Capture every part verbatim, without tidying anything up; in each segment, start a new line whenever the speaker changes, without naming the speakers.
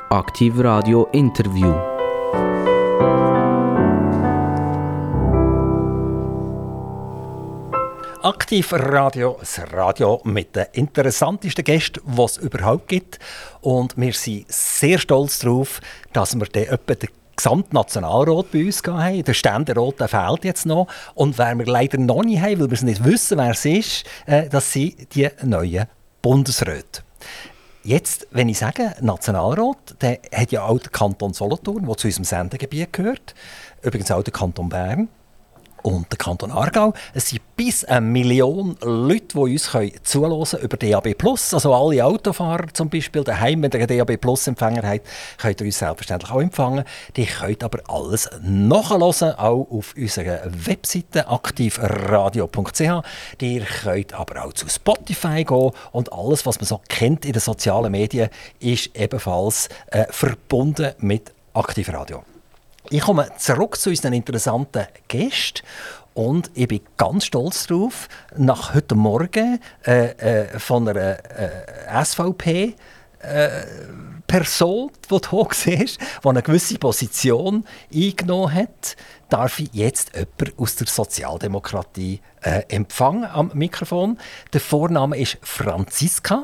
Aktiv Radio Interview.
Aktiv Radio, das Radio mit den interessantesten Gästen, die es überhaupt gibt. Und wir sind sehr stolz darauf, dass wir dann etwa den Gesamtnationalrat bei uns haben. Der Ständerat der fehlt jetzt noch. Und wer wir leider noch nicht haben, weil wir es nicht wissen, wer es ist, äh, das sind die neuen Bundesräte. Jetzt, wenn ich sage Nationalrat, der hat ja auch der Kanton Solothurn, der zu unserem Sendegebiet gehört. Übrigens auch der Kanton Bern. Und der Kanton Aargau. Es sind bis eine Million Leute, die uns zuhören können über D A B plus. Also alle Autofahrer zum Beispiel, daheim, wenn ihr einen D A B plus Empfänger habt, könnt ihr uns selbstverständlich auch empfangen. Die könnt aber alles nachhören, auch auf unserer Webseite aktiv radio punkt c h. Ihr könnt aber auch zu Spotify gehen und alles, was man so kennt in den sozialen Medien, ist ebenfalls äh, verbunden mit Aktiv Radio. Ich komme zurück zu unseren interessanten Gästen und ich bin ganz stolz darauf, nach heute Morgen äh, äh, von einer äh, S V P äh, Person, die hier war, die eine gewisse Position eingenommen hat, darf ich jetzt jemanden aus der Sozialdemokratie äh, empfangen am Mikrofon. Der Vorname ist Franziska.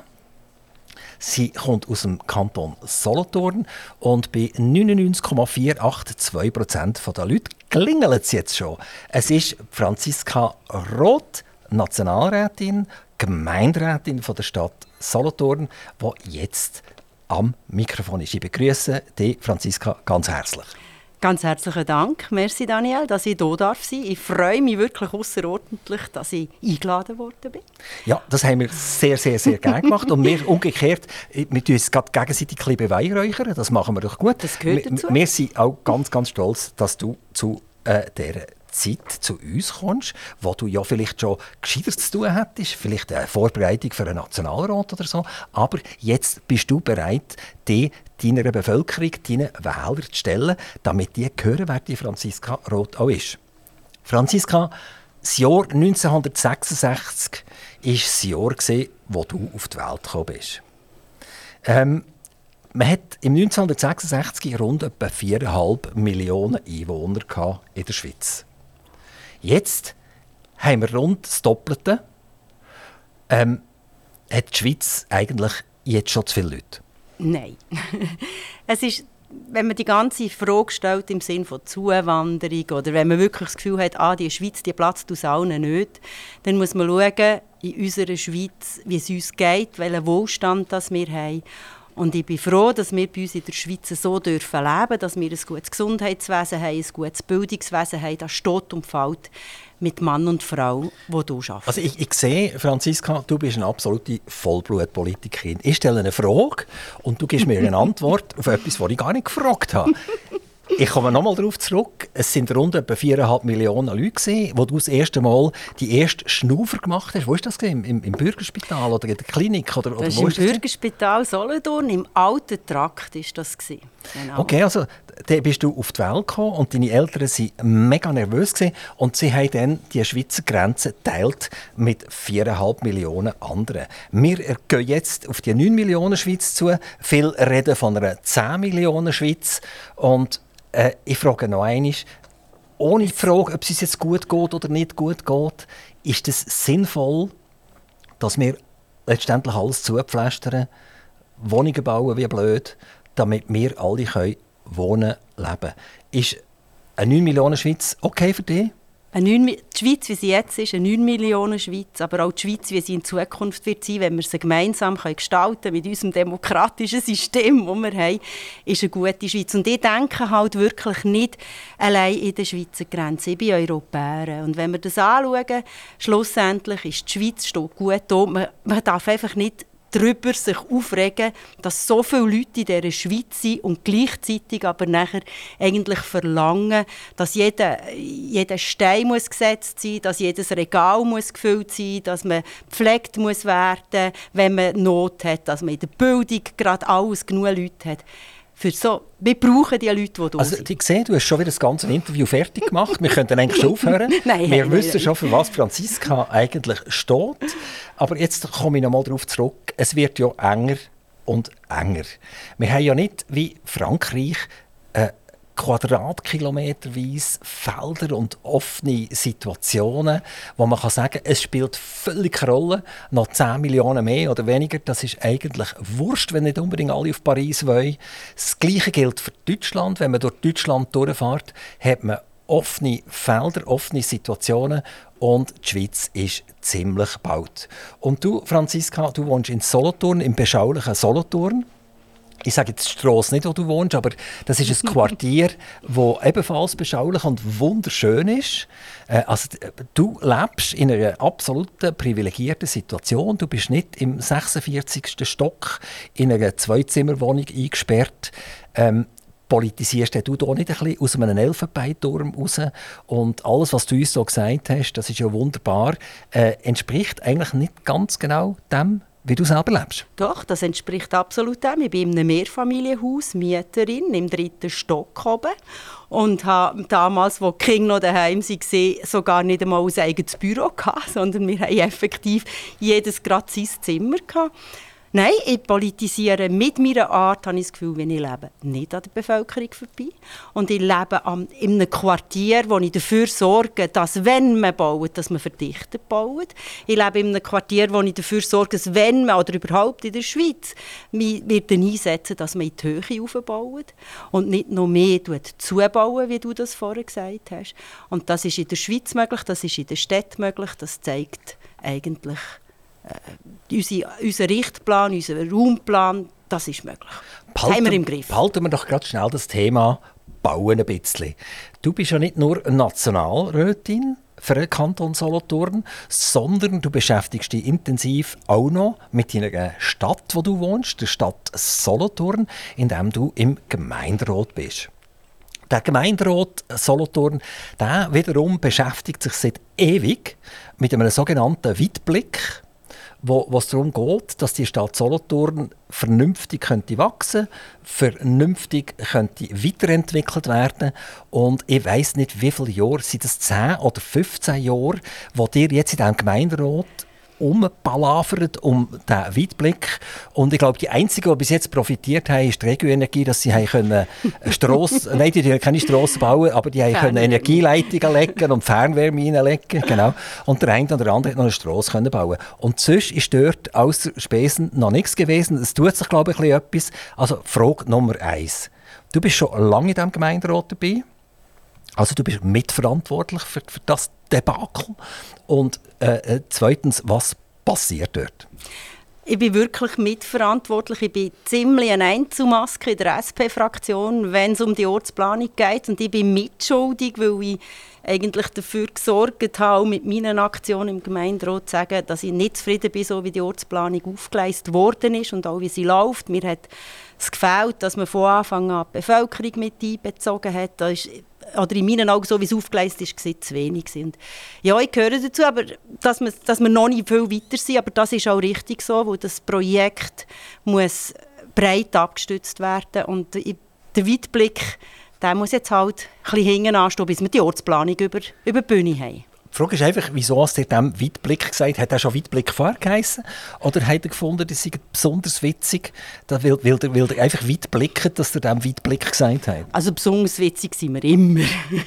Sie kommt aus dem Kanton Solothurn und bei neunundneunzig Komma vierhundertzweiundachtzig Prozent der Leute klingelt es jetzt schon. Es ist Franziska Roth, Nationalrätin, Gemeinderätin von der Stadt Solothurn, die jetzt am Mikrofon ist. Ich begrüße dich, Franziska, ganz herzlich.
Ganz herzlichen Dank. Merci, Daniel, dass ich hier darf sein. Ich freue mich wirklich außerordentlich, dass ich eingeladen worden bin.
Ja, das haben wir sehr, sehr, sehr gerne gemacht. Und wir umgekehrt, wir tun uns gerade gegenseitig ein bisschen beweihräuchern. Das machen wir doch gut.
Das gehört dazu.
Wir, wir sind auch ganz, ganz stolz, dass du zu äh, dieser Zeit zu uns kommst, wo du ja vielleicht schon Gescheiteres zu tun hättest, vielleicht eine Vorbereitung für einen Nationalrat oder so. Aber jetzt bist du bereit, dich deiner Bevölkerung, deinen Wählern zu stellen, damit die hören, wer die Franziska Roth auch ist. Franziska, das Jahr neunzehnhundertsechsundsechzig war das Jahr, wo du auf die Welt gekommen bist. Ähm, man hat im neunzehnhundertsechsundsechzig rund etwa viereinhalb Millionen Einwohner in der Schweiz. Jetzt haben wir rund das Doppelte. Ähm, hat die Schweiz eigentlich jetzt schon zu viele Leute?
Nein. Es ist, wenn man die ganze Frage stellt im Sinne von Zuwanderung oder wenn man wirklich das Gefühl hat, ah, die Schweiz die platzt aus allen nicht, dann muss man schauen, in unserer Schweiz, wie es uns geht, welchen Wohlstand das wir haben. Und ich bin froh, dass wir bei uns in der Schweiz so dürfen leben, dass wir ein gutes Gesundheitswesen haben, ein gutes Bildungswesen haben, das steht und fällt mit Mann und Frau, die du arbeiten.
Also ich, ich sehe, Franziska, du bist eine absolute Vollblutpolitikerin. Ich stelle eine Frage und du gibst mir eine Antwort auf etwas, was ich gar nicht gefragt habe. Ich komme nochmal darauf zurück. Es sind rund etwa viereinhalb Millionen Leute, wo du das erste Mal die erste Schnaufer gemacht hast. Wo war das? Im, im, im Bürgerspital oder in der Klinik? Oder, oder
das
wo
war
ist
im
das?
Bürgerspital Solothurn, im alten Trakt war das. Genau.
Okay, also dann bist du auf die Welt gekommen und deine Eltern waren mega nervös gewesen, und sie haben dann die Schweizer Grenze geteilt mit viereinhalb Millionen anderen. Wir gehen jetzt auf die neun Millionen Schweiz zu. Viele reden von einer zehn Millionen Schweiz. Und Äh, ich frage noch einmal, ohne die Frage, ob es uns jetzt gut geht oder nicht gut geht, ist es sinnvoll, dass wir letztendlich alles zupflastern, Wohnungen bauen wie blöd, damit wir alle können wohnen, leben. Ist eine neun Millionen Schweiz okay für dich?
Eine neun, die Schweiz, wie sie jetzt ist, eine neun Millionen Schweiz, aber auch die Schweiz, wie sie in Zukunft wird sein, wenn wir sie gemeinsam gestalten können mit unserem demokratischen System, das wir haben, ist eine gute Schweiz. Und ich denke halt wirklich nicht allein in der Schweizer Grenze. Ich bin Europäerin. Und wenn wir das anschauen, schlussendlich ist die Schweiz steht gut da. Man, man darf einfach nicht darüber sich aufregen, dass so viele Leute in dieser Schweiz sind und gleichzeitig aber nachher eigentlich verlangen, dass jeder, jeder Stein muss gesetzt sein, dass jedes Regal muss gefüllt sein, dass man gepflegt muss werden, wenn man Not hat, dass man in der Bildung gerade alles genug Leute hat. Für so, wir brauchen die Leute, die da
also,
sind.
Ich sehe, du hast schon wieder das ganze Interview fertig gemacht. Wir könnten eigentlich schon aufhören.
Nein,
wir
nein,
wissen
nein.
schon, für was Franziska eigentlich steht. Aber jetzt komme ich noch mal darauf zurück. Es wird ja enger und enger. Wir haben ja nicht wie Frankreich äh, quadratkilometerweise Felder und offene Situationen, wo man kann sagen kann, es spielt völlig keine Rolle, noch zehn Millionen mehr oder weniger, das ist eigentlich wurscht, wenn nicht unbedingt alle auf Paris wollen. Das Gleiche gilt für Deutschland. Wenn man durch Deutschland durchfährt, hat man offene Felder, offene Situationen und die Schweiz ist ziemlich gebaut. Und du, Franziska, du wohnst in Solothurn, im beschaulichen Solothurn. Ich sage jetzt die Strasse nicht, wo du wohnst, aber das ist ein Quartier, das ebenfalls beschaulich und wunderschön ist. Äh, also, du lebst in einer absolut privilegierten Situation. Du bist nicht im sechsundvierzigsten Stock in einer Zweizimmerwohnung eingesperrt. Ähm, politisierst du da nicht ein bisschen aus einem Elfenbeinturm raus? Und alles, was du uns so gesagt hast, das ist ja wunderbar, äh, entspricht eigentlich nicht ganz genau dem, wie du selber lebst.
Doch, das entspricht absolut dem. Ich bin in einem Mehrfamilienhaus, Mieterin, im dritten Stock oben. Und habe damals, als die Kinder noch daheim waren, sogar nicht einmal ein eigenes Büro gehabt, sondern wir hatten effektiv jedes gerade sein Zimmer gehabt. Nein, ich politisiere mit meiner Art, habe ich das Gefühl, wenn ich lebe, nicht an der Bevölkerung vorbei. Und ich lebe am, in einem Quartier, wo ich dafür sorge, dass, wenn man baut, dass man verdichtet baut. Ich lebe in einem Quartier, wo ich dafür sorge, dass, wenn man, oder überhaupt in der Schweiz, mich wird einsetzen, dass man in die Höhe aufbaut und nicht noch mehr zubauen, wie du das vorher gesagt hast. Und das ist in der Schweiz möglich, das ist in der Stadt möglich, das zeigt eigentlich Äh, unsere, unser Richtplan, unser Raumplan, das ist möglich. Das
Behalten,
haben wir im Griff.
Behalten wir doch gerade schnell das Thema Bauen ein bisschen. Du bist ja nicht nur Nationalrätin für den Kanton Solothurn, sondern du beschäftigst dich intensiv auch noch mit deiner Stadt, wo du wohnst, der Stadt Solothurn, in der du im Gemeinderat bist. Der Gemeinderat Solothurn, der wiederum beschäftigt sich seit ewig mit einem sogenannten Weitblick, wo es darum geht, dass die Stadt Solothurn vernünftig könnte wachsen, vernünftig könnte weiterentwickelt werden. Und ich weiss nicht, wie viele Jahre, sind es zehn oder fünfzehn Jahre, wo ihr jetzt in diesem Gemeinderat umpalavert um diesen Weitblick. Und ich glaube, die Einzigen, die bis jetzt profitiert haben, ist die Regioenergie, dass sie können Strasse, nein, die können keine Strassen bauen, aber die können Energieleitungen legen und Fernwärme reinlegen. Genau. Und der eine oder andere hat noch eine Strasse können bauen. Und sonst ist dort außer Spesen noch nichts gewesen. Es tut sich, glaube ich, ein bisschen etwas. Also Frage Nummer eins. Du bist schon lange in diesem Gemeinderat dabei. Also du bist mitverantwortlich für, für das Debakel. Und äh, zweitens, was passiert dort?
Ich bin wirklich mitverantwortlich. Ich bin ziemlich eine Einzelmaske in der S P-Fraktion, wenn es um die Ortsplanung geht. Und ich bin mitschuldig, weil ich eigentlich dafür gesorgt habe, mit meinen Aktionen im Gemeinderat zu sagen, dass ich nicht zufrieden bin, so wie die Ortsplanung aufgegleist worden ist und auch wie sie läuft. Mir hat es gefällt, dass man von Anfang an die Bevölkerung mit einbezogen hat. Da ist oder in meinen Augen, so wie es aufgeleistet ist, war zu wenig. Und ja, ich gehöre dazu, aber dass wir, dass wir noch nicht viel weiter sind. Aber das ist auch richtig so, weil das Projekt muss breit abgestützt werden. Und der Weitblick, der muss jetzt halt ein bisschen hinten anstehen, bis wir die Ortsplanung über, über die Bühne haben.
Die Frage ist einfach, wieso hast du dem Weitblick gesagt? Hat er schon Weitblick vorher geheissen? Oder hat er gefunden, das sei besonders witzig, weil, weil, er, weil er einfach weit blickt, dass er dem Weitblick gesagt hat?
Also besonders witzig sind wir immer.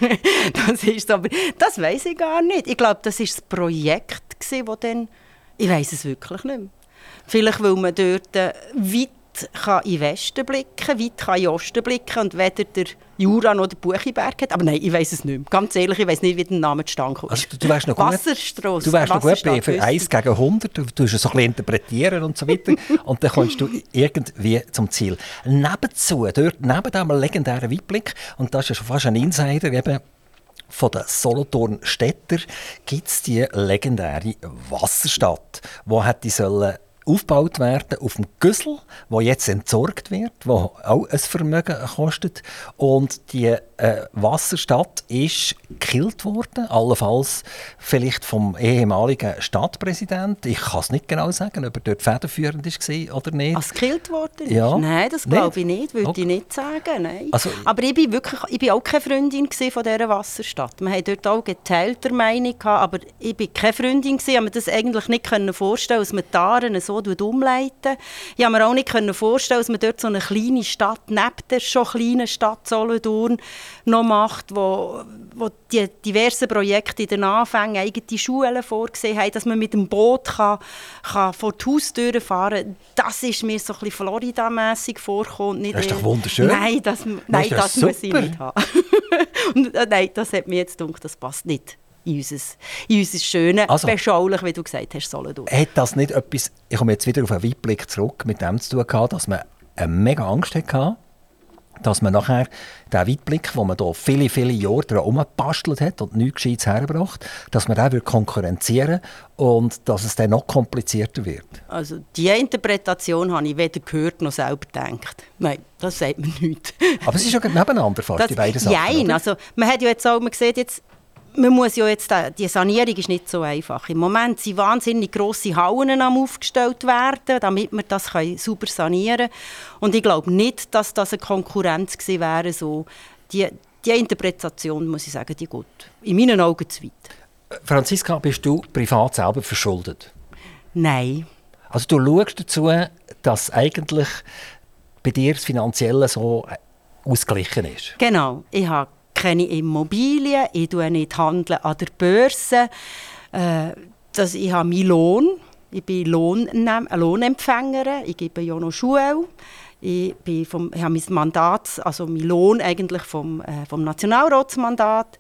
das ist aber, das weiss ich gar nicht. Ich glaube, das war das Projekt, das dann, ich weiss es wirklich nicht mehr. Vielleicht, weil man dort äh, weit kann in den Westen blicken, weit kann in den Osten blicken und weder der Jura noch der Buchiberg hat. Aber nein, ich weiss es nicht mehr. Ganz ehrlich, ich weiss nicht, wie der Name zustande kommt.
Also, du, du wärst noch gut,
Wasserstrasse.
Du wärst noch gut bei für eins gegen hundert. Du tust es so ein bisschen interpretieren und so weiter. Und dann kommst du irgendwie zum Ziel. Nebenzu, dort neben diesem legendären Weitblick, und das ist ja schon fast ein Insider, eben, von den Solothurn-Städter gibt es die legendäre Wasserstadt, die hätte sollen aufgebaut werden auf dem Güssel, wo jetzt entsorgt wird, wo auch ein Vermögen kostet. Und die eine Wasserstadt ist gekillt worden, allenfalls vielleicht vom ehemaligen Stadtpräsidenten. Ich kann es nicht genau sagen, ob er dort federführend war oder nicht.
Als gekillt worden ist?
Ja.
Nein, das glaube ich nicht, würde okay. ich nicht sagen. Nein. Also, aber ich bin wirklich, ich bin auch keine Freundin von dieser Wasserstadt. Wir hatten dort auch geteilter Meinung, aber ich bin keine Freundin, ich konnte mir das eigentlich nicht vorstellen, dass man die Aare so umleiten. Ich konnte mir auch nicht vorstellen, dass man dort so eine kleine Stadt, neben der schon kleinen Stadt Solothurn, noch macht, wo, wo die diversen Projekte in den Anfängen eigene Schulen vorgesehen haben, dass man mit dem Boot kann, kann vor die Haustüren fahren kann. Das ist mir so ein bisschen Florida-mässig vorgekommen. Nicht
das ist doch wunderschön.
Nein, das, nein, das, das muss ich nicht haben. Und, äh, nein, das hat mir jetzt gedacht, das passt nicht in unser, in unser schönes, also, beschaulich, wie du gesagt hast, Solothurn.
Hat das nicht etwas, ich komme jetzt wieder auf einen Weitblick zurück, mit dem zu tun gehabt, dass man eine mega Angst hatte, dass man nachher den Weitblick, den man da viele, viele Jahre daran rumbastelt hat und nichts Gescheites hergebracht, dass man den konkurrenzieren und dass es dann noch komplizierter wird?
Also diese Interpretation habe ich weder gehört noch selber gedacht. Nein, das sagt man nicht.
Aber es ist ja nebeneinander fast, das, die beiden Sachen.
Nein, also man hat ja jetzt auch, man sieht jetzt, man muss ja jetzt, die Sanierung ist nicht so einfach. Im Moment sind wahnsinnig grosse Hallen am aufgestellt werden, damit wir das sauber sanieren können. Und ich glaube nicht, dass das eine Konkurrenz gewesen wäre. So. Die, die Interpretation, muss ich sagen, die gut. In meinen Augen zu weit.
Franziska, bist du privat selber verschuldet?
Nein.
Also du schaust dazu, dass eigentlich bei dir das Finanzielle so ausgeglichen ist?
Genau. Ich habe keine Immobilien, ich handle nicht handeln an der Börse. Äh, das, ich habe meinen Lohn, ich bin Lohn, eine Lohnempfängerin, ich gebe ja noch Schule. Ich, bin vom, ich habe mein Mandat, also meinen Lohn eigentlich vom, äh, vom Nationalratsmandat.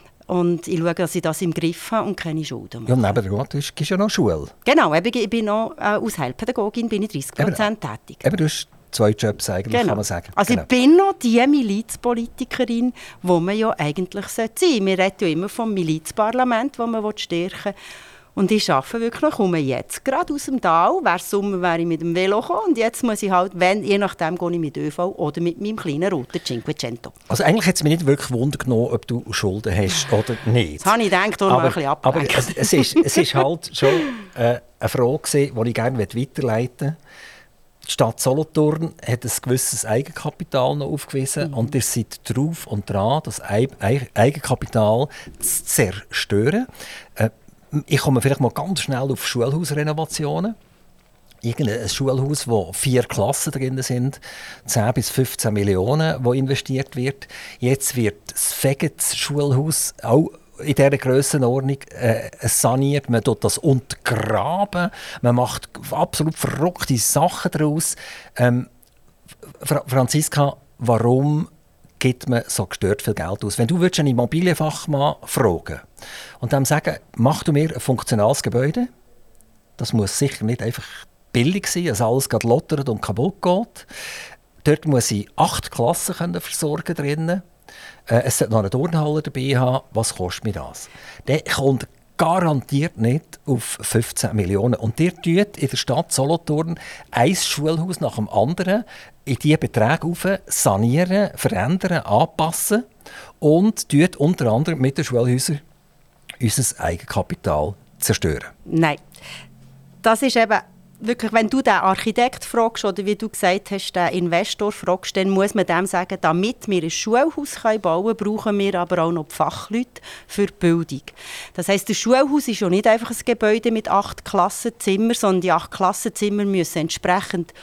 Und ich schaue, dass ich das im Griff habe und keine Schulden mache.
Ja, neben der du gibst ja noch Schule.
Genau, ich bin noch äh, als Heilpädagogin bin ich dreißig Prozent tätig.
Eben, du hast zwei Jobs eigentlich,
genau.
kann man sagen.
Also genau. Ich bin noch die Milizpolitikerin, die man ja eigentlich sein sollte. Wir reden ja immer vom Milizparlament, das man stärken will. Und ich arbeite wirklich noch, komme jetzt gerade aus dem Tal. Wäre Sommer, wäre ich mit dem Velo gekommen. Und jetzt muss ich halt, wenn, je nachdem, gehe ich mit ÖV oder mit meinem kleinen roten Cinquecento.
Also eigentlich hat es mich nicht wirklich Wunder genommen, ob du Schulden hast oder nicht.
Das habe ich gedacht, darum aber, ein bisschen abgelenkt.
Aber es, es, ist, es ist halt schon äh, eine Frage, die ich gerne weiterleiten möchte. Die Stadt Solothurn hat ein gewisses Eigenkapital noch aufgewiesen mhm. und ihr seid drauf und dran, das Eigenkapital zu zerstören. Äh, ich komme vielleicht mal ganz schnell auf Schulhausrenovationen. Irgendein Schulhaus, wo vier Klassen drin sind, zehn bis fünfzehn Millionen, wo investiert wird. Jetzt wird das Fegets-Schulhaus auch in dieser Grössenordnung äh, saniert. Man tut das untergraben. Man macht absolut verrückte Sachen daraus. Ähm, Fra- Franziska, warum gibt man so gestört viel Geld aus? Wenn du einen Immobilienfachmann fragen und dem sagen, mach du mir ein funktionales Gebäude, das muss sicher nicht einfach billig sein, dass alles gerade lottert und kaputt geht. Dort muss ich acht Klassen können versorgen drinnen. Äh, es sollte noch eine Turnhalle dabei haben. Was kostet mir das? Der kommt garantiert nicht auf fünfzehn Millionen. Und ihr tut in der Stadt Solothurn ein Schulhaus nach dem anderen in diese Beträge auf, sanieren, verändern, anpassen und tut unter anderem mit den Schulhäusern unser Eigenkapital zerstören.
Nein, das ist eben wirklich, wenn du den Architekt fragst oder wie du gesagt hast, den Investor fragst, dann muss man dem sagen, damit wir ein Schulhaus bauen können, brauchen wir aber auch noch die Fachleute für die Bildung. Das heisst, das Schulhaus ist ja nicht einfach ein Gebäude mit acht Klassenzimmern, sondern die acht Klassenzimmer müssen entsprechend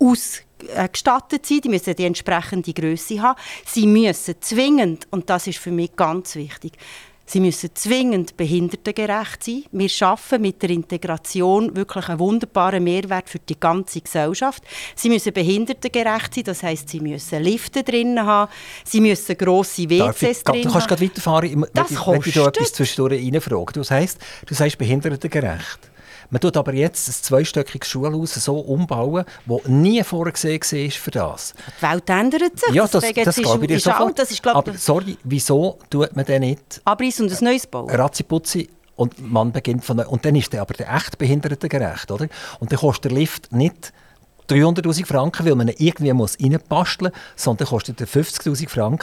ausgestattet sein, die müssen die entsprechende Grösse haben. Sie müssen zwingend, und das ist für mich ganz wichtig, sie müssen zwingend behindertengerecht sein. Wir schaffen mit der Integration wirklich einen wunderbaren Mehrwert für die ganze Gesellschaft. Sie müssen behindertengerecht sein, das heisst, sie müssen Lifte drin haben, sie müssen grosse W Cs drin haben. Du
kannst gerade weiterfahren,
das
wenn,
kostet.
wenn ich da etwas zwischendurch reinfrage. Das heisst, du sagst behindertengerecht. Man tut aber jetzt ein zweistöckiges Schulhaus so umbauen, das nie vorgesehen war für das.
Die Welt ändert sich.
Ja, das, das, das glaube ich dir sofort.
Das ist, glaub,
aber sorry, wieso tut man denn nicht
abreißen und ein neues bauen?
Ratziputzi und man beginnt von der, und dann ist der aber der echt behindertengerecht, oder? Und dann kostet der Lift nicht dreihunderttausend Franken, weil man ihn irgendwie muss reinbasteln muss, sondern kostet er fünfzigtausend Franken.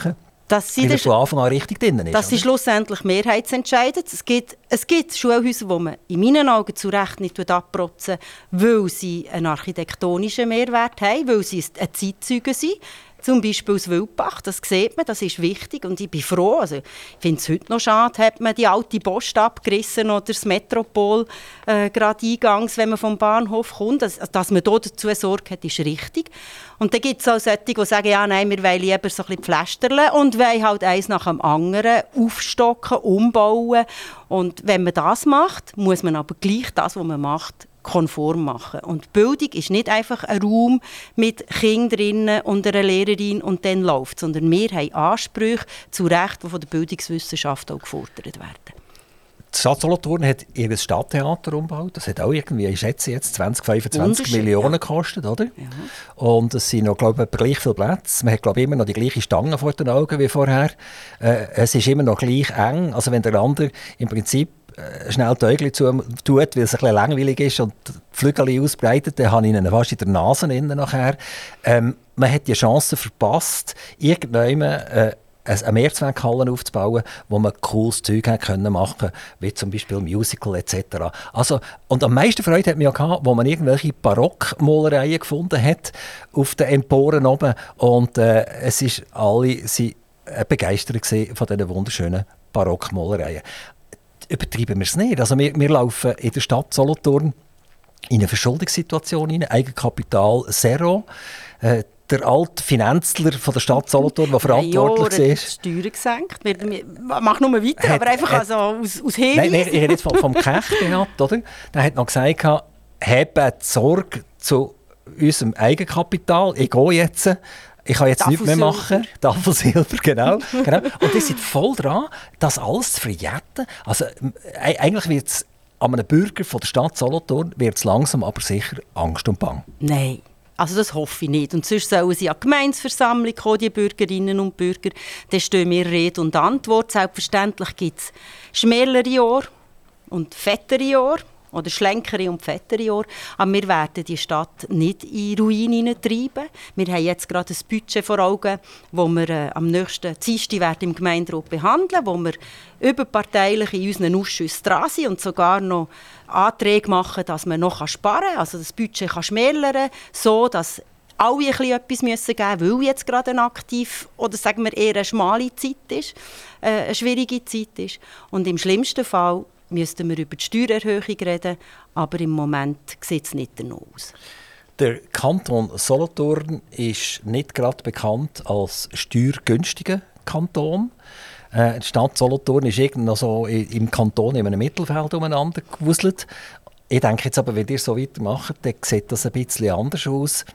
dass sie
weil er von Anfang an richtig drin ist.
Dass sie
oder?
schlussendlich mehrheitsentscheidend. Es gibt, es gibt Schulhäuser, die man in meinen Augen zu Recht nicht abprotzen, weil sie einen architektonischen Mehrwert haben, weil sie ein Zeitzeuge sind. Zum Beispiel aus Wildbach, das sieht man, das ist wichtig und ich bin froh. Also, ich finde es heute noch schade, hat man die alte Post abgerissen oder das Metropol äh, gerade eingangs, wenn man vom Bahnhof kommt. Dass, dass man da dazu Sorge hat, ist richtig. Und dann gibt es auch solche, die sagen, ja, nein, wir wollen lieber so ein bisschen pflästerlen und wollen halt eins nach dem anderen aufstocken, umbauen. Und wenn man das macht, muss man aber gleich das, was man macht, konform machen. Und Bildung ist nicht einfach ein Raum mit Kindern drinnen und einer Lehrerin und dann läuft, sondern wir haben Ansprüche zu Recht, die von der Bildungswissenschaft auch gefordert werden.
Die Stadt Solothurn hat ihr Stadttheater umgebaut. Das hat auch irgendwie, ich schätze jetzt, zwanzig, fünfundzwanzig Millionen ja. gekostet, oder? Ja. Und es sind noch, glaube ich, gleich viele Plätze. Man hat, glaube ich, immer noch die gleiche Stange vor den Augen wie vorher. Äh, es ist immer noch gleich eng. Also wenn der andere im Prinzip schnell die Äugel zu tut, weil es ein bisschen langweilig ist und die Flügel ausbreitet, dann habe ich ihn fast in der Nase nachher. Ähm, man hat die Chance verpasst, irgendwann äh, eine Mehrzweckhalle aufzubauen, wo man cooles Zeug machen konnte, wie zum Beispiel Musical et cetera. Also, und am meisten Freude hat man ja gehabt, wo man irgendwelche Barockmalereien gefunden hat auf den Emporen oben und äh, es ist alle sie begeistert von diesen wunderschönen Barockmalereien. Übertreiben wir es nicht. Also wir, wir laufen in der Stadt Solothurn in eine Verschuldungssituation hinein, Eigenkapital Zero. Äh, der alte Finanzler von der Stadt Solothurn, der verantwortlich
ja,
ist.
Die Steuern gesenkt. Mach nur weiter, hat, aber einfach hat, also aus, aus Hinweis.
Nein, nein, ich rede jetzt vom, vom Kech gehabt, oder? Der hat noch gesagt, habe Sorge zu unserem Eigenkapital. Ich gehe jetzt. Ich kann jetzt nichts mehr machen. Tafelsilber, genau, genau. Und die sind voll dran, das alles zu verjetten. Also, äh, eigentlich wird es an einem Bürger von der Stadt Solothurn wird's langsam aber sicher Angst und Bang.
Nein, also das hoffe ich nicht. Und sonst sollen sie an die Gemeindeversammlung kommen, die Bürgerinnen und Bürger. Dann stehen wir Rede und Antwort. Selbstverständlich gibt es schmälere Jahre und fettere Jahre. Oder schlänkere und fettere Jahre. Aber wir werden die Stadt nicht in Ruin treiben. Wir haben jetzt gerade ein Budget vor Augen, das wir äh, am nächsten Dienstag im Gemeinderat behandeln, wo wir überparteilich in unseren Ausschüssen dran sind und sogar noch Anträge machen, dass man noch sparen kann, also das Budget kann schmälern, so dass alle ein bisschen etwas müssen geben müssen, weil jetzt gerade eine aktiv oder sagen wir eher eine schmale Zeit ist, äh, eine schwierige Zeit ist. Und im schlimmsten Fall müssten wir über die Steuererhöhung reden, aber im Moment sieht es nicht danach aus.
Der Kanton Solothurn ist nicht gerade bekannt als steuergünstiger Kanton. Äh, die Stadt Solothurn ist irgendwie noch so im Kanton in einem Mittelfeld umeinander gewuselt. Ich denke jetzt aber, wenn ihr so weitermacht, dann sieht das ein bisschen anders aus.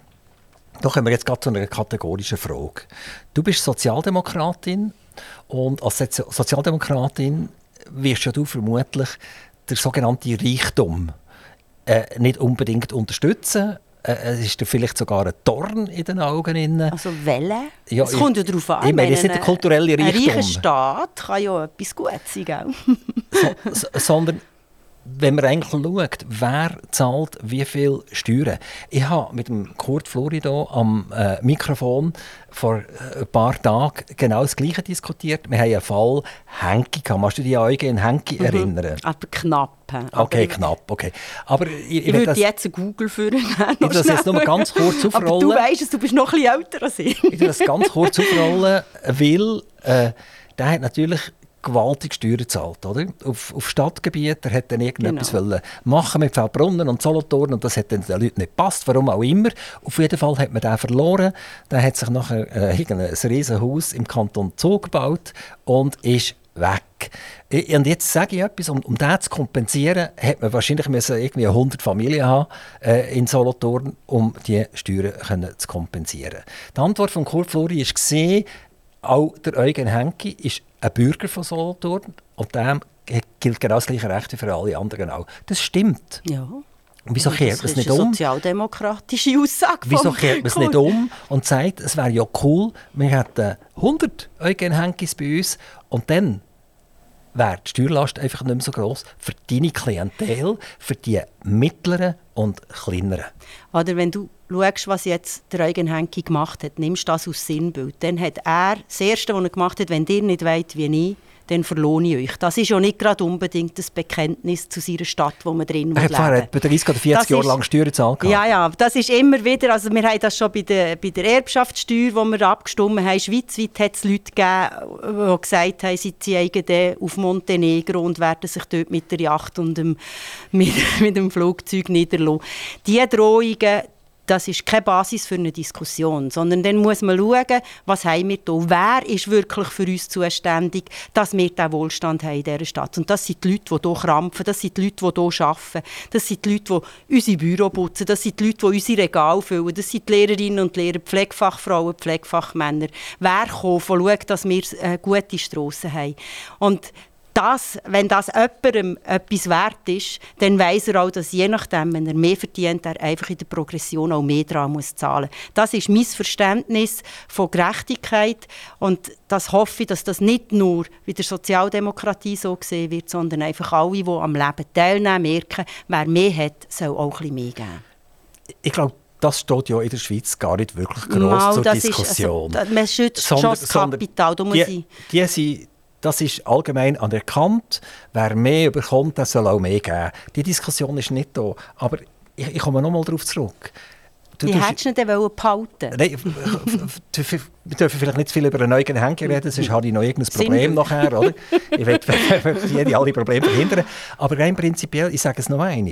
Da kommen wir jetzt gerade zu einer kategorischen Frage. Du bist Sozialdemokratin und als Sozialdemokratin wirst ja du vermutlich den sogenannten Reichtum äh, nicht unbedingt unterstützen. Äh, es ist dir vielleicht sogar ein Dorn in den Augen.
Also welche?
Ja,
es kommt ja darauf an.
Ich meine, es ist nicht der kulturelle Reichtum.
Ein reicher Staat kann ja etwas Gutes sein, gell?
so, so, sondern wenn man eigentlich schaut, wer zahlt wie viel Steuern. Ich habe mit dem Kurt Fluri hier am äh, Mikrofon vor ein paar Tagen genau das Gleiche diskutiert. Wir haben einen Fall Henki gehabt. Kannst du dich an Eugen Henki mhm. erinnern?
Aber knapp.
Aber okay, ich, knapp. Okay. Aber ich,
ich, ich würde das, jetzt einen Google führen.
Ich will das jetzt nur ganz kurz aufrollen.
Aber du weißt es, du bist noch ein bisschen älter als ich.
Ich will das ganz kurz aufrollen, weil äh, der hat natürlich gewaltig Steuern gezahlt, oder? Auf, auf Stadtgebiet, er hat dann irgendetwas genau. machen mit Feldbrunnen und Solothurn und das hat den Leuten nicht gepasst, warum auch immer. Auf jeden Fall hat man den verloren. Dann hat sich nachher äh, ein riesiges Haus im Kanton Zug gebaut und ist weg. Und jetzt sage ich etwas, um, um das zu kompensieren, hätte man wahrscheinlich müssen irgendwie hundert Familien haben äh, in Solothurn, um die Steuern können zu kompensieren. Die Antwort von Kurt Fluri war, auch der Eugen Henki ist ein Bürger von Solothurn und dem gilt genau das gleiche Recht wie für alle anderen auch. Das stimmt.
Ja.
Und wieso kehrt man es nicht um?
Das ist eine sozialdemokratische Aussage.
Wieso kehrt man es nicht um und sagt, es wäre ja cool, wir hätten hundert Eugen Henkis bei uns und dann wäre die Steuerlast einfach nicht mehr so gross für deine Klientel, für die mittleren und kleineren.
Oder wenn du schaust, was jetzt der Eugen Henki gemacht hat, nimmst das als Sinnbild, dann hat er das Erste, was er gemacht hat, wenn ihr nicht wollt wie ich, dann verlohne ich euch. Das ist ja nicht gerade unbedingt das Bekenntnis zu seiner Stadt, wo man drin leben.
Er hat bei dreißig oder vierzig Jahre lang Steuern gezahlt.
Ja, ja, das ist immer wieder, also wir haben das schon bei der, bei der Erbschaftssteuer, wo wir abgestimmt haben, schweizweit hat es Leute gegeben, die gesagt haben, sie ziehen auf Montenegro und werden sich dort mit der Yacht und dem, mit, mit dem Flugzeug niederlassen. Diese Drohungen, das ist keine Basis für eine Diskussion, sondern dann muss man schauen, was haben wir da, wer ist wirklich für uns zuständig, dass wir diesen Wohlstand haben in dieser Stadt. Und das sind die Leute, die hier krampfen, das sind die Leute, die hier arbeiten, das sind die Leute, die unsere Büro putzen, das sind die Leute, die unsere Regale füllen, das sind die Lehrerinnen und Lehrer, Pflegefachfrauen, Pflegefachmänner. Wer kommt, schaut, dass wir äh, gute Strassen haben. Und Das, wenn das jemandem etwas wert ist, dann weiss er auch, dass je nachdem, wenn er mehr verdient, er einfach in der Progression auch mehr daran muss zahlen muss. Das ist mein Verständnis von Gerechtigkeit und das hoffe ich, dass das nicht nur bei der Sozialdemokratie so gesehen wird, sondern einfach alle, die am Leben teilnehmen, merken, wer mehr hat, soll auch ein bisschen mehr geben.
Ich glaube, das steht ja in der Schweiz gar nicht wirklich gross
Mal,
zur
das
Diskussion.
Ist, also, man schützt schon das Kapital, da muss
die,
ich...
Die sind Das ist allgemein anerkannt. Wer mehr bekommt, der soll auch mehr geben. Die Diskussion ist nicht da. Aber ich, ich komme noch mal darauf zurück. Du,
Wie
du,
hättest du ihn denn behalten?
Nein, wir dürfen vielleicht nicht zu viel über einen neuen Henker reden, sonst habe ich noch irgendein Problem nachher. Oder? Ich will alle Probleme verhindern. Aber rein prinzipiell, ich sage es noch einmal,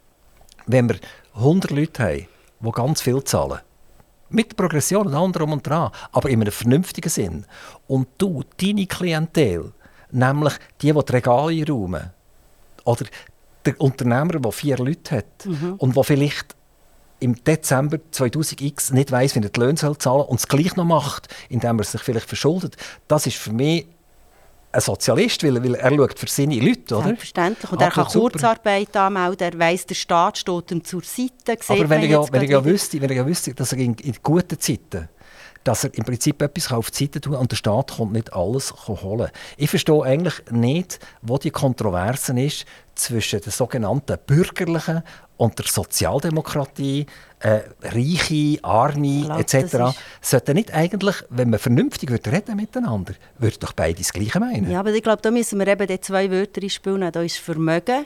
wenn wir hundert Leute haben, die ganz viel zahlen, mit der Progression und allem drum und dran, aber in einem vernünftigen Sinn. Und du, deine Klientel, nämlich die, die die Regale einräumen, oder der Unternehmer, der vier Leute hat mhm. und der vielleicht im Dezember zweitausend X nicht weiss, wie er die Löhne zahlen soll und es gleich noch macht, indem er sich vielleicht verschuldet, das ist für mich ein Sozialist, weil, weil er schaut für seine Leute, oder?
Selbstverständlich. Und er kann Kurzarbeit anmelden, er weiss, der Staat steht ihm zur Seite.
Aber wenn er ja, wenn er ja wüsste, wenn er ja wüsste, dass er in, in guten Zeiten, dass er im Prinzip etwas auf die Seite tun kann und der Staat kommt nicht alles holen. Ich verstehe eigentlich nicht, wo die Kontroverse ist zwischen der sogenannten Bürgerlichen und der Sozialdemokratie, äh, Reiche, Arme et cetera. Sollten nicht eigentlich, wenn man vernünftig reden miteinander, würde doch beide das Gleiche meinen.
Ja, aber ich glaube, da müssen wir eben die zwei Wörter spielen. Da ist Vermögen,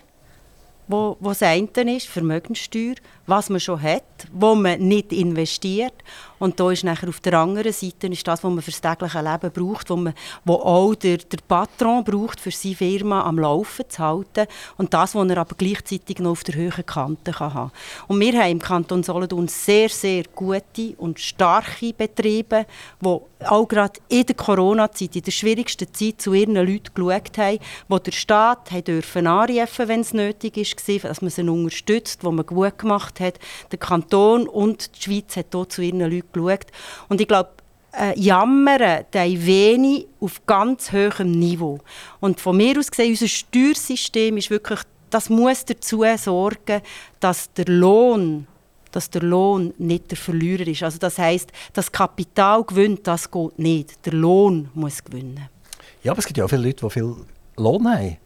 wo, wo das eine ist, Vermögenssteuer, was man schon hat, wo man nicht investiert. Und da ist nachher auf der anderen Seite ist das, was man für das tägliche Leben braucht, wo, man, wo auch der, der Patron braucht, für seine Firma am Laufen zu halten. Und das, was er aber gleichzeitig noch auf der höheren Kante kann haben. Und wir haben im Kanton Solothurn sehr, sehr gute und starke Betriebe, die auch gerade in der Corona-Zeit, in der schwierigsten Zeit, zu ihren Leuten geschaut haben, wo der Staat dürfen anrufen, wenn es nötig war, dass man sie unterstützt, was man gut gemacht hat. Der Kanton und die Schweiz hat hier zu ihren Leuten geschaut. Und ich glaube, äh, jammern die wenig auf ganz hohem Niveau. Und von mir aus gesehen, unser Steuersystem ist wirklich, das muss dazu sorgen, dass der Lohn, dass der Lohn nicht der Verlierer ist. Also das heisst, das Kapital gewinnt, das geht nicht. Der Lohn muss gewinnen.
Ja, aber es gibt ja auch viele Leute, die viel Lohn haben.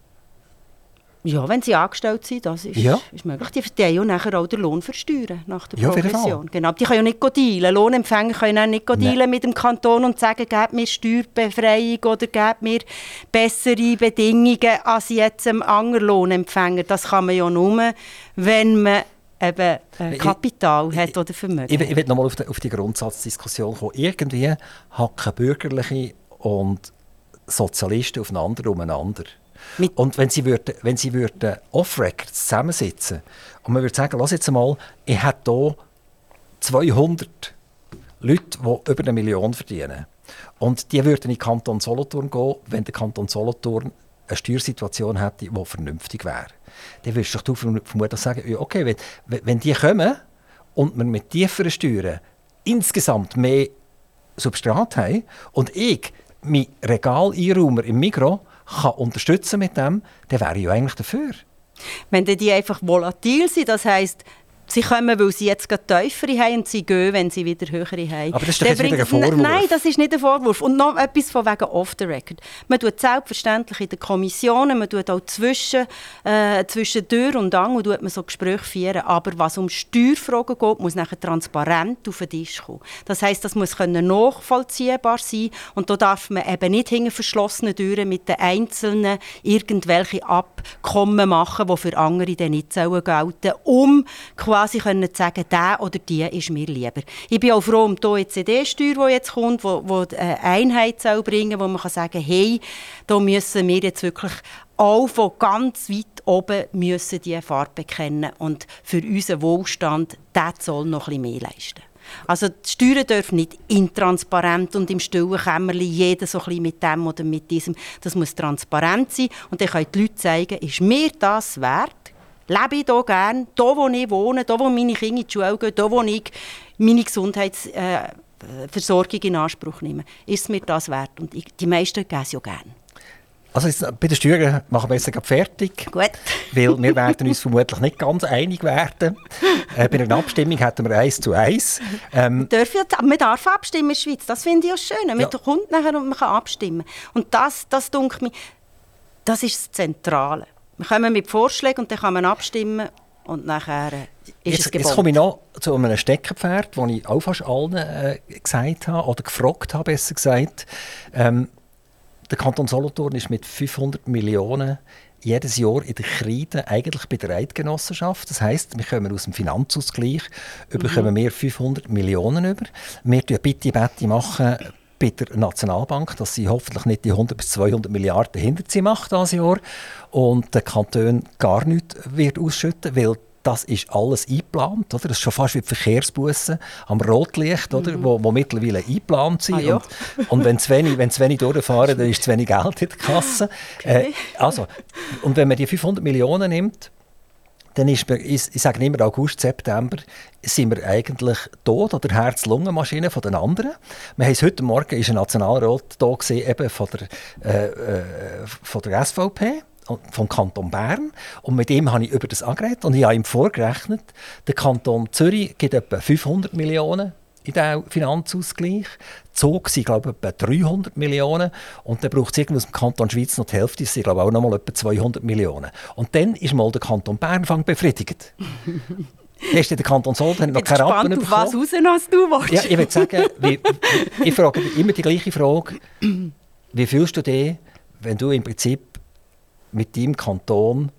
Ja, wenn sie angestellt sind, das ist,
ja.
ist möglich. Die verdienen ja nachher auch den Lohn versteuern nach der
ja,
Progression. Genau, die können ja nicht dealen. Lohnempfänger können auch nicht dealen mit dem Kanton und sagen, gebt mir Steuerbefreiung oder gebt mir bessere Bedingungen als jetzt einem anderen Lohnempfänger. Das kann man ja nur, wenn man eben äh, Kapital ich, hat oder Vermögen.
Ich, ich, ich will noch mal auf die, auf die Grundsatzdiskussion kommen. Irgendwie hacken Bürgerliche und Sozialisten aufeinander umeinander. Mit und wenn sie, würden, wenn sie würden off-record zusammensitzen und man würde sagen, lass jetzt mal, ich habe hier zweihundert Leute, die über eine Million verdienen. Und die würden in den Kanton Solothurn gehen, wenn der Kanton Solothurn eine Steuersituation hätte, die vernünftig wäre. Dann würdest du vermutlich sagen, okay, wenn, wenn die kommen und wir mit tieferen Steuern insgesamt mehr Substrat haben und ich mein Regal-Einraumer im Migros kann unterstützen mit dem, dann wäre ich ja eigentlich dafür.
Wenn die einfach volatil sind, das heisst, Sie kommen, weil sie jetzt gerade tiefere haben und sie gehen, wenn sie wieder höhere haben.
Aber das ist doch jetzt wieder ein Vorwurf.
Nein, das ist nicht ein Vorwurf. Und noch etwas von wegen off the record. Man tut selbstverständlich in den Kommissionen, man tut auch zwischen, äh, zwischen Tür und Angel tut man so Gespräche führen. Aber was um Steuerfragen geht, muss nachher transparent auf den Tisch kommen. Das heisst, das muss können nachvollziehbar sein. Und da darf man eben nicht hinter verschlossenen Türen mit den Einzelnen irgendwelche Abkommen machen, die für andere dann nicht gelten sollen, um quasi können sagen, der oder die ist mir lieber. Ich bin auch froh um die O E C D-Steuer, die jetzt kommt, die eine Einheit soll bringen soll, wo man kann sagen, hey, da müssen wir jetzt wirklich auch von ganz weit oben müssen die Farbe bekennen und für unseren Wohlstand der Zoll noch ein bisschen mehr leisten. Also die Steuern dürfen nicht intransparent und im stillen Kämmerchen jeder so ein bisschen mit dem oder mit diesem. Das muss transparent sein und dann können die Leute zeigen, ist mir das wert? Lebe ich hier gerne, hier wo ich wohne, hier wo meine Kinder in die Schule gehen, hier wo ich meine Gesundheitsversorgung äh, in Anspruch nehme. Ist es mir das wert? Und ich, die meisten geben es ja gerne.
Also jetzt, bei den Steuern machen wir jetzt fertig.
Gut.
Weil wir werden uns vermutlich nicht ganz einig werden. Äh, bei einer Abstimmung hätten wir eins zu eins. Ähm,
man darf abstimmen in der Schweiz, das finde ich auch schön. Man ja. kommt nachher und man kann abstimmen. Und das, das denke ich, das ist das Zentrale. Wir kommen mit Vorschlägen und dann kann man abstimmen und nachher ist
jetzt,
es geboten.
Jetzt komme ich noch zu einem Steckenpferd, das ich auch fast allen äh, gesagt habe, oder gefragt habe, besser gesagt. Ähm, der Kanton Solothurn ist mit fünfhundert Millionen jedes Jahr in der Kreide eigentlich bei der Eidgenossenschaft. Das heisst, wir kommen aus dem Finanzausgleich, mhm. bekommen wir fünfhundert Millionen über. Wir machen bitte Bette machen bei der Nationalbank, dass sie hoffentlich nicht die hundert bis zweihundert Milliarden hinter sie macht dieses Jahr und der Kanton gar nichts wird ausschütten, weil das ist alles eingeplant. Oder? Das ist schon fast wie die Verkehrsbussen am Rotlicht, oder? Mhm. Wo, wo mittlerweile eingeplant sind. Ah, ja. Und, und wenn zu wenig, wenn zu wenig durchfahren, dann ist zu wenig Geld in der Kasse. Okay. Äh, also, und wenn man die fünfhundert Millionen nimmt, dann ist man, ich, ich sage immer August, September, sind wir eigentlich tot an der Herz-Lungen-Maschine von den anderen. Wir haben heute Morgen ist ein Nationalrat da gesehen, eben von der, äh, äh, von der S V P. Vom Kanton Bern. Und mit ihm habe ich über das angeredet und ich habe ihm vorgerechnet, der Kanton Zürich gibt etwa fünfhundert Millionen in den Finanzausgleich. Zug sind, glaube ich, etwa dreihundert Millionen. Und dann braucht es aus dem Kanton Schweiz noch die Hälfte, das sind, glaube ich, auch noch mal etwa zweihundert Millionen. Und dann ist mal der Kanton Bern befriedigt. Erst der Kanton Solothurn noch keine Rampen bekommen.
Was raus hast du willst.
Ja, ich würde sagen, wie, ich frage immer die gleiche Frage. Wie fühlst du dich, wenn du im Prinzip mit deinem Kanton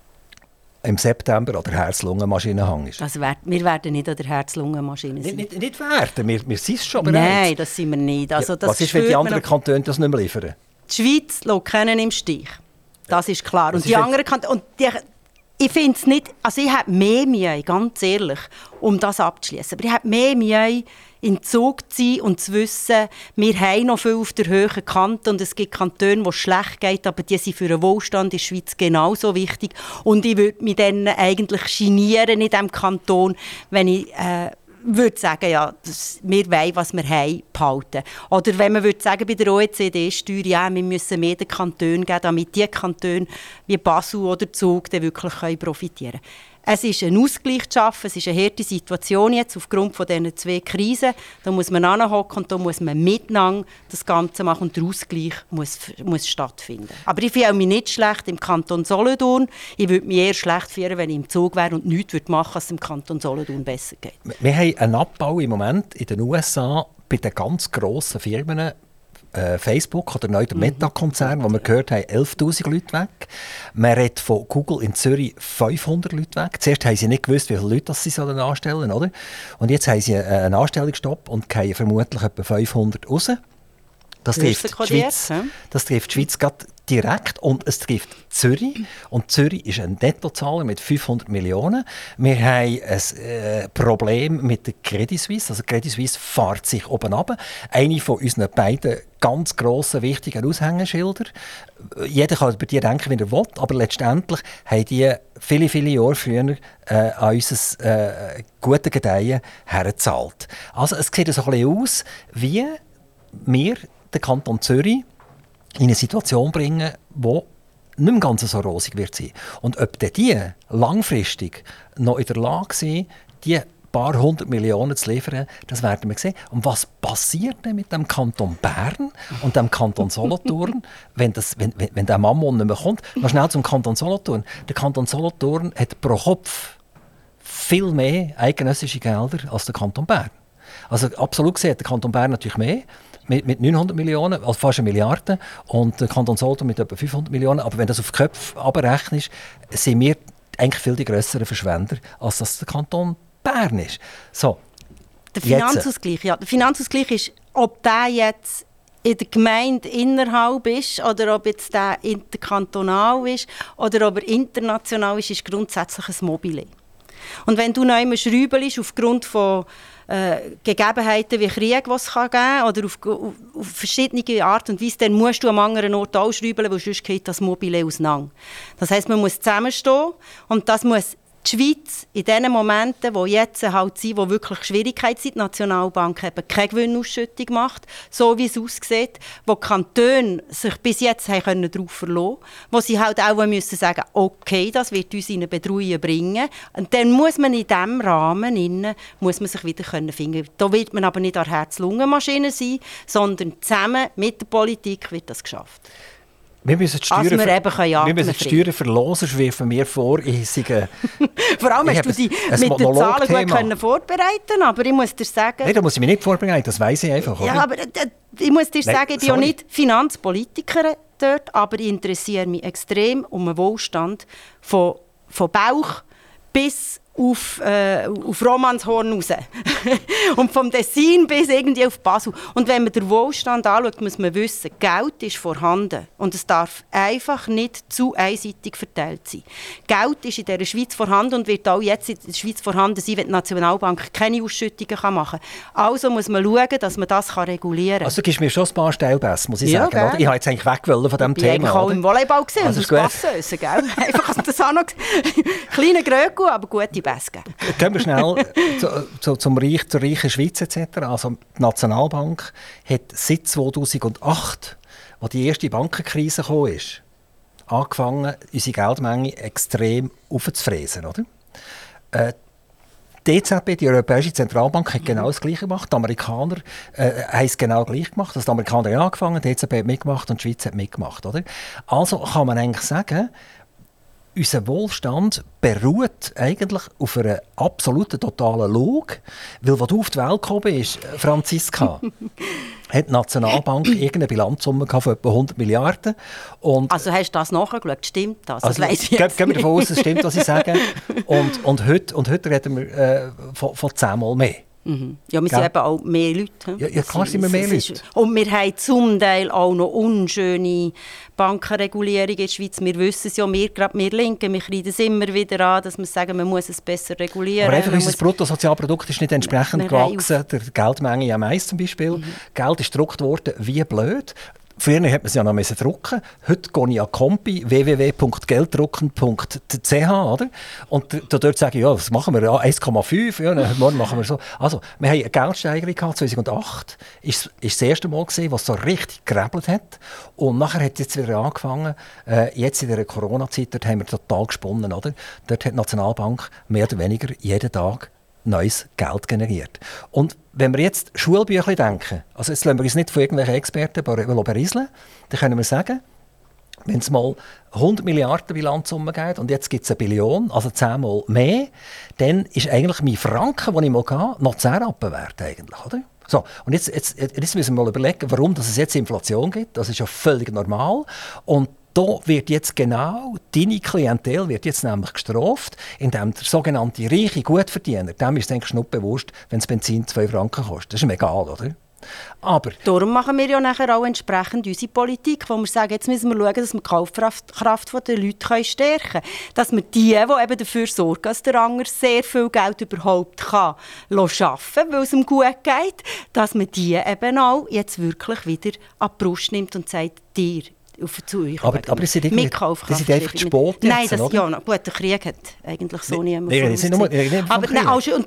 im September an der Herz-Lungen-Maschine hängst?
Also, wir werden nicht an der Herz-Lungen-Maschine sein.
Nicht, nicht, nicht werden, wir, wir sind es schon bereits.
Nein, das sind wir nicht. Also,
ja,
das
was ist, wenn die anderen Kantone das nicht mehr liefern?
Die Schweiz lässt keinen im Stich. Das ist klar. Und die anderen Kantone... Ich finde es nicht... Also ich habe mehr Mühe, ganz ehrlich, um das abzuschließen. Aber ich habe mehr Mühe, in Zug zu sein und zu wissen, wir haben noch viel auf der höheren Kante und es gibt Kantone, wo es schlecht geht, aber die sind für den Wohlstand in der Schweiz genauso wichtig. Und ich würde mich dann eigentlich genieren in diesem Kanton, wenn ich... Äh, würde sagen, ja, das, wir wollen, was wir haben, behalten. Oder wenn man würde sagen, bei der O E C D-Steuer, ja, wir müssen mehr den Kantonen geben, damit die Kantone wie Basel oder Zug dann wirklich können profitieren können. Es ist ein Ausgleich zu schaffen, es ist eine harte Situation jetzt aufgrund von diesen zwei Krisen. Da muss man anhocken und da muss man miteinander das Ganze machen und der Ausgleich muss, muss stattfinden. Aber ich fühle mich nicht schlecht im Kanton Solothurn. Ich würde mich eher schlecht fühlen, wenn ich im Zug wäre und nichts würde machen, dass es im Kanton Solothurn besser geht.
Wir haben einen Abbau im Moment in den U S A bei den ganz grossen Firmen. Äh, Facebook oder neu der Meta-Konzern, wo wir gehört haben, elftausend Leute weg. Man redet von Google in Zürich fünfhundert Leute weg. Zuerst haben sie nicht gewusst, wie viele Leute das sie sollen anstellen, oder? Und jetzt haben sie einen Anstellungsstopp und gehen vermutlich etwa fünfhundert raus. Das trifft, die Schweiz, das trifft die Schweiz gerade direkt und es trifft Zürich. Und Zürich ist ein Nettozahler mit fünfhundert Millionen. Wir haben ein äh, Problem mit der Credit Suisse. Also Credit Suisse fährt sich oben runter. Eine von unseren beiden ganz grossen, wichtigen Aushängeschilder. Jeder kann über die denken, wie er will, aber letztendlich haben die viele, viele Jahre früher äh, an unser äh, gutes Gedeihen hergezahlt. Also es sieht so ein bisschen aus, wie wir den Kanton Zürich in eine Situation bringen, wo nicht mehr ganz so rosig wird sein. Und ob die langfristig noch in der Lage sind, die paar hundert Millionen zu liefern, das werden wir sehen. Und was passiert denn mit dem Kanton Bern und dem Kanton Solothurn, wenn, das, wenn, wenn, wenn der Mammon nicht mehr kommt? Noch schnell zum Kanton Solothurn. Der Kanton Solothurn hat pro Kopf viel mehr eidgenössische Gelder als der Kanton Bern. Also absolut gesehen hat der Kanton Bern natürlich mehr, mit, mit neunhundert Millionen, also fast eine Milliarde, und der Kanton Solothurn mit etwa fünfhundert Millionen. Aber wenn du das auf die Köpfe abrechnest, sind wir eigentlich viel die grösseren Verschwender, als das der Kanton Bern ist. So,
der Finanzausgleich, ja. Der Finanzausgleich ist, ob der jetzt in der Gemeinde innerhalb ist oder ob jetzt der interkantonal ist oder ob er international ist, ist grundsätzlich ein Mobile. Und wenn du noch einmal schrübelst aufgrund von äh, Gegebenheiten wie Krieg, die es geben kann, oder auf, auf, auf verschiedene Art und Weise, dann musst du am anderen Ort auch schrübeln, weil sonst geht das Mobile auseinander. Das heisst, man muss zusammenstehen und das muss die Schweiz in den Momenten, die jetzt halt sind, wo wirklich Schwierigkeiten sind, die Nationalbank eben keine Gewinnausschüttung macht, so wie es aussieht, wo die Kantone sich bis jetzt darauf verlassen können, wo sie halt auch müssen sagen, okay, das wird uns in eine Bedrohung bringen. Und dann muss man in diesem Rahmen innen, muss man sich wieder finden können. Da wird man aber nicht eine Herz-Lungen-Maschine sein, sondern zusammen mit der Politik wird das geschafft.
Wir müssen die Steuern,
wir
ver- wir müssen die Steuern verlosen, schwirfen wir vor. Ich sage,
vor allem hast du dich mit den Zahlen gut können vorbereiten, aber ich muss dir sagen...
Nein, da muss ich mich nicht vorbereiten, das weiss ich einfach.
Ja,
oder?
aber äh, ich muss dir
Nein,
sagen, ich bin ja nicht Finanzpolitikerin dort, aber ich interessiere mich extrem um den Wohlstand von, von Bauch bis auf, äh, auf Romanshorn raus. Und vom Tessin bis irgendwie auf Basel. Und wenn man den Wohlstand anschaut, muss man wissen, Geld ist vorhanden. Und es darf einfach nicht zu einseitig verteilt sein. Geld ist in der Schweiz vorhanden und wird auch jetzt in der Schweiz vorhanden sein, wenn die Nationalbank keine Ausschüttungen machen kann. Also muss man schauen, dass man das regulieren kann.
Also du gibst mir schon ein paar Stellbässe, muss ich
ja,
sagen. Oder? Ich wollte jetzt eigentlich weg von diesem Thema.
Ich war auch im Volleyball gesehen
also
und aus Bassösen, gell? Einfach das auch noch kleine Gröckel, aber gute Bässe.
Gehen wir schnell zu, zu, zum Reich, zur reichen Schweiz et cetera. Also die Nationalbank hat seit zweitausendacht, als die erste Bankenkrise kam, angefangen, unsere Geldmenge extrem aufzufräsen. Oder? Äh, die E Z B, die Europäische Zentralbank, hat genau das Gleiche gemacht. Die Amerikaner äh, haben es genau gleich gemacht. Also die Amerikaner haben angefangen, die E Z B hat mitgemacht und die Schweiz hat mitgemacht. Oder? Also kann man eigentlich sagen, unser Wohlstand beruht eigentlich auf einer absoluten totalen Lüge. Weil, als du auf die Welt gekommen bist, Franziska, hat die Nationalbank irgendeine Bilanzsumme von etwa hundert Milliarden. Und
also hast du das nachgeschaut? Stimmt das?
Also,
das
gehen wir davon aus, es stimmt, was ich sage. Und, und, heute, und heute reden wir äh, von, von zehnmal mehr.
Mhm. Ja, wir sind eben auch mehr Leute.
Ja, ja klar sind wir mehr Leute.
Und wir haben zum Teil auch noch unschöne Bankenregulierung in der Schweiz. Wir wissen es ja, wir, gerade wir Linken, wir kriegen es immer wieder an, dass wir sagen, man muss es besser regulieren.
Aber einfach
man
unser Bruttosozialprodukt ist nicht entsprechend gewachsen. Der Geldmenge ja meist zum Beispiel. Mhm. Geld ist gedruckt worden wie blöd. Früher musste man es ja noch drucken. Heute gehe ich an Compi, w w w punkt gelddrucken punkt c h, oder? Und dort sage ich, ja, was machen wir? Ja, eins Komma fünf, ja, morgen machen wir so. Also, wir haben eine Geldsteigerung gehabt, zweitausendacht. Das war das erste Mal, gewesen, was so richtig gerebelt hat. Und nachher hat es jetzt wieder angefangen. Äh, jetzt in der Corona-Zeit, dort haben wir total gesponnen, oder? Dort hat die Nationalbank mehr oder weniger jeden Tag neues Geld generiert. Und wenn wir jetzt Schulbücher denken, also jetzt lassen wir uns nicht von irgendwelchen Experten berieseln, dann können wir sagen, wenn es mal hundert Milliarden Bilanzsumme gibt und jetzt gibt es eine Billion, also zehnmal mehr, dann ist eigentlich mein Franken, den ich mal hatte, noch zehn Rappen wert eigentlich, oder? So, und jetzt, jetzt, jetzt müssen wir mal überlegen, warum dass es jetzt Inflation gibt. Das ist ja völlig normal. Und da wird jetzt genau, deine Klientel wird jetzt nämlich gestraft, indem der sogenannte reiche Gutverdiener, dem ist es eigentlich schnuppewurst, wenn das Benzin zwei Franken kostet. Das ist ihm egal, oder? Aber
darum machen wir ja nachher auch entsprechend unsere Politik, wo wir sagen, jetzt müssen wir schauen, dass wir die Kaufkraft Kraft der Leute stärken können. Dass wir die, die eben dafür sorgen, dass der andere sehr viel Geld überhaupt kann, arbeiten kann, weil es ihm gut geht, dass man die eben auch jetzt wirklich wieder an die Brust nimmt und sagt, dir, zu euch.
Aber, aber das sind einfach zu spät.
Nein,
jetzt,
das,
oder?
ja, gut, der Krieg hat eigentlich so
nee,
niemand
nee,
vorausgesehen.
nee,
Aber nein, also, und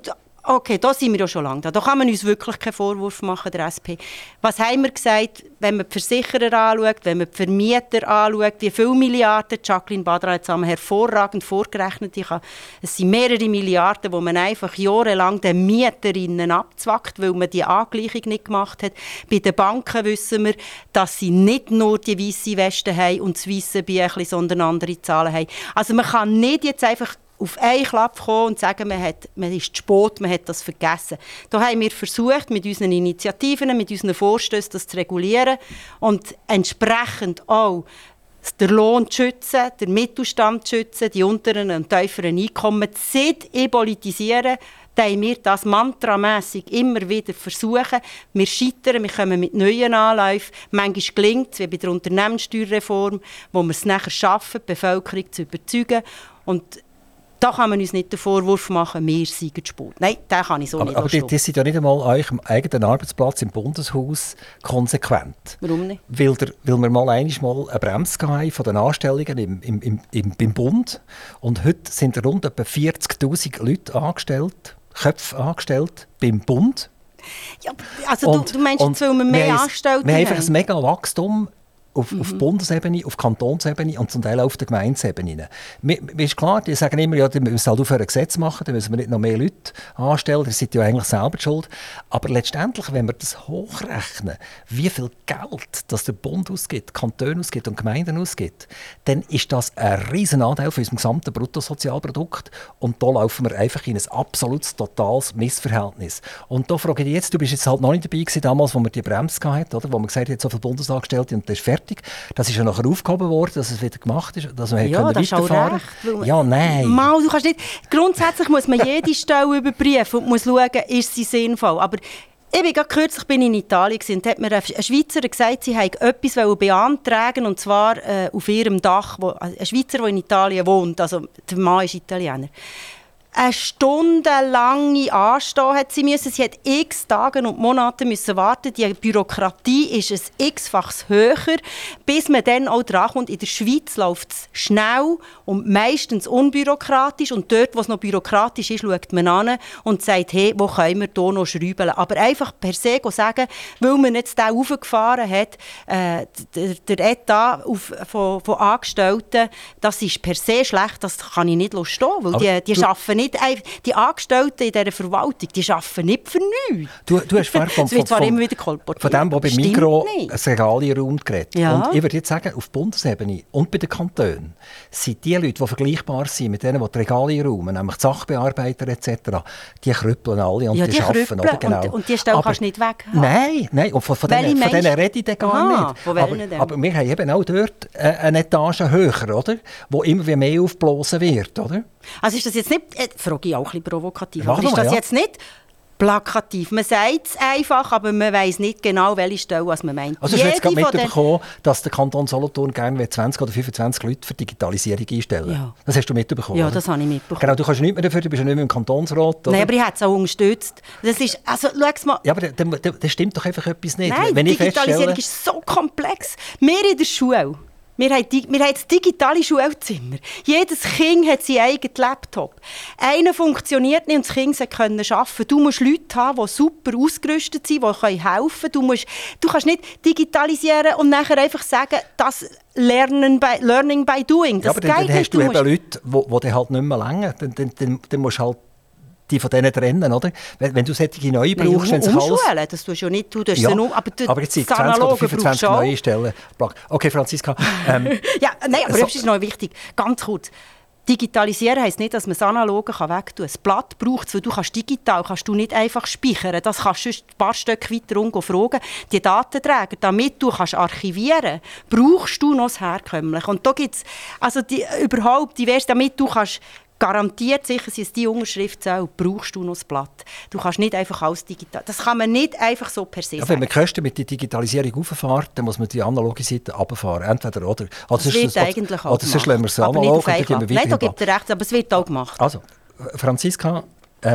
Okay, da sind wir ja schon lange da. Da kann man uns wirklich keinen Vorwurf machen, der S P. Was haben wir gesagt, wenn man die Versicherer anschaut, wenn man die Vermieter anschaut, wie viele Milliarden, Jacqueline Badra hat es hervorragend vorgerechnet, ich habe, es sind mehrere Milliarden, die man einfach jahrelang den Mieterinnen abzwackt, weil man die Angleichung nicht gemacht hat. Bei den Banken wissen wir, dass sie nicht nur die weiße Weste haben und das weiße Büchlein, sondern andere Zahlen haben. Also man kann nicht jetzt einfach auf einen Klapp kommen und sagen, man, hat, man ist zu spät, man hat das vergessen. Da haben wir versucht, mit unseren Initiativen, mit unseren Vorstößen das zu regulieren und entsprechend auch den Lohn zu schützen, den Mittelstand zu schützen, die unteren und tieferen Einkommen. Seit ich politisiere, haben wir das mantramässig immer wieder versuchen. Wir scheitern, wir kommen mit neuen Anläufen. Manchmal gelingt es, wie bei der Unternehmenssteuerreform, wo wir es nachher schaffen, die Bevölkerung zu überzeugen. Und da kann man uns nicht den Vorwurf machen, wir seien zu spät. Nein, den kann ich so
aber,
nicht
aber die, die sind ja nicht einmal an eurem eigenen Arbeitsplatz im Bundeshaus konsequent.
Warum nicht?
Weil, der, weil wir mal einmal mal eine Bremse hatten von den Anstellungen im, im, im, im, beim Bund. Und heute sind rund etwa vierzigtausend Leute angestellt, Köpfe angestellt beim Bund.
Ja, also
und,
du, du meinst jetzt, weil wir mehr
wir
Angestellte haben?
Wir haben einfach ein mega Wachstum auf, mhm. auf Bundesebene, auf Kantonsebene und zum Teil auch auf der Gemeindeebene. Mir, mir ist klar, die sagen immer, ja, wir müssen halt auf ein Gesetz machen, dann müssen wir nicht noch mehr Leute anstellen, ihr seid ja eigentlich selber schuld. Aber letztendlich, wenn wir das hochrechnen, wie viel Geld das der Bund ausgibt, Kantone ausgibt und Gemeinden ausgibt, dann ist das ein riesen Anteil von unserem gesamten Bruttosozialprodukt und da laufen wir einfach in ein absolutes, totales Missverhältnis. Und da frage ich dich jetzt, du bist jetzt halt noch nicht dabei gewesen, damals, wo wir die Bremse hatten, oder? Wo man gesagt hat, so viele Bundesangestellte und das ist fertig. Das ist ja nachher aufgehoben worden, dass es wieder gemacht ist, dass man
ja,
das weiterfahren
konnte.
Ja, nein.
Mal, du kannst nicht. Grundsätzlich muss man jede Stelle überprüfen und muss schauen, ist sie sinnvoll. Aber ich bin gerade kürzlich bin in Italien und hat mir eine Schweizer gesagt, sie habe etwas beantragen, und zwar äh, auf ihrem Dach, wo, ein Schweizer, der in Italien wohnt, also der Mann ist Italiener. Eine stundenlange Anstehen hat sie müssen. Sie hat x Tage und Monate müssen warten. Die Bürokratie ist ein x-faches höher, bis man dann auch drankommt. In der Schweiz läuft es schnell und meistens unbürokratisch. Und dort, wo es noch bürokratisch ist, schaut man an und sagt, hey, wo können wir hier noch schrauben? Aber einfach per se sagen, weil man jetzt den aufgefahren hat, äh, der, der Etat auf, von, von Angestellten, das ist per se schlecht, das kann ich nicht stehen, weil aber die, die arbeiten nicht. Die Angestellten in dieser Verwaltung, die arbeiten nicht für nichts.
Du, du hast vorhin vom,
vom,
vom,
immer wieder von
dem, der bei Migros ein Regalierraum geredet.
Ja.
Und ich würde jetzt sagen, auf Bundesebene und bei den Kantonen sind die Leute, die vergleichbar sind mit denen, die die Regale räumen, nämlich die Sachbearbeiter et cetera, die krüppeln alle und
ja,
die,
die
arbeiten. Oder? Genau.
Und, und die Stelle kannst du nicht weg haben.
Nein, nein, und von, von denen, von denen rede ich dann gar
Aha,
nicht. Aber, aber wir haben eben auch dort äh, eine Etage höher, oder? Wo immer mehr aufgeblasen wird, oder?
Also ist das jetzt nicht, äh, frage ich auch ein bisschen provokativ,
Mach
aber ist
mal,
das
ja.
jetzt nicht plakativ? Man sagt es einfach, aber man weiss nicht genau, welche Stelle was man meint.
Also hast du jetzt gerade mitbekommen, dass der Kanton Solothurn gerne zwanzig oder fünfundzwanzig Leute für Digitalisierung einstellen?
Ja.
Das hast du mitbekommen,
Ja,
oder?
das habe ich mitbekommen.
Genau, du kannst nichts mehr dafür, du bist ja nicht mehr im Kantonsrat. Oder?
Nein, aber ich habe es auch unterstützt. Das ist, also, schau mal.
Ja, aber das stimmt doch einfach etwas nicht.
Nein,
Wenn
die
ich
Digitalisierung ist so komplex. Wir in der Schule, wir haben, die, wir haben das digitale Schulzimmer. Jedes Kind hat seinen eigenen Laptop. Einer funktioniert nicht und das Kind können arbeiten. Du musst Leute haben, die super ausgerüstet sind, die helfen können. Du, musst, du kannst nicht digitalisieren und nachher einfach sagen, das Lernen by, Learning by Doing. Das
ja, aber dann, dann hast
du
du eben Leute, die, die halt nicht mehr länger. Dann, dann, dann, dann musst du halt die von denen trennen, oder? Wenn, wenn du solche neu brauchst, wenn
um,
es
umschulen, das tust du ja nicht. Du
ja,
nur, aber, du,
aber jetzt sind zwanzig oder fünfundzwanzig neue Stellen. Okay, Franziska. Ähm,
ja, nein, aber
so.
das ist noch wichtig. Ganz kurz. Digitalisieren heisst nicht, dass man das Analoge wegtun kann. Das Blatt braucht es, weil du kannst digital kannst du nicht einfach speichern. Das kannst du ein paar Stück weiter unten fragen. Die Datenträger, damit du kannst archivieren kannst, brauchst du noch das Herkömmliche. Und da gibt es also die, überhaupt diverse, damit du kannst garantiert sicher sind es die Unterschriftszahl, brauchst du noch das Blatt. Du kannst nicht einfach alles digital. Das kann man nicht einfach so per se
ja,
sagen.
Wenn man die Kosten mit der Digitalisierung hochfährt, dann muss man die analoge Seite runterfahren. Entweder oder.
Also das wird eigentlich auch
oder sonst lassen wir es analog und dann gehen wir weiter.
Nein, da gibt es recht, aber es wird auch gemacht.
Also, Franziska, ähm,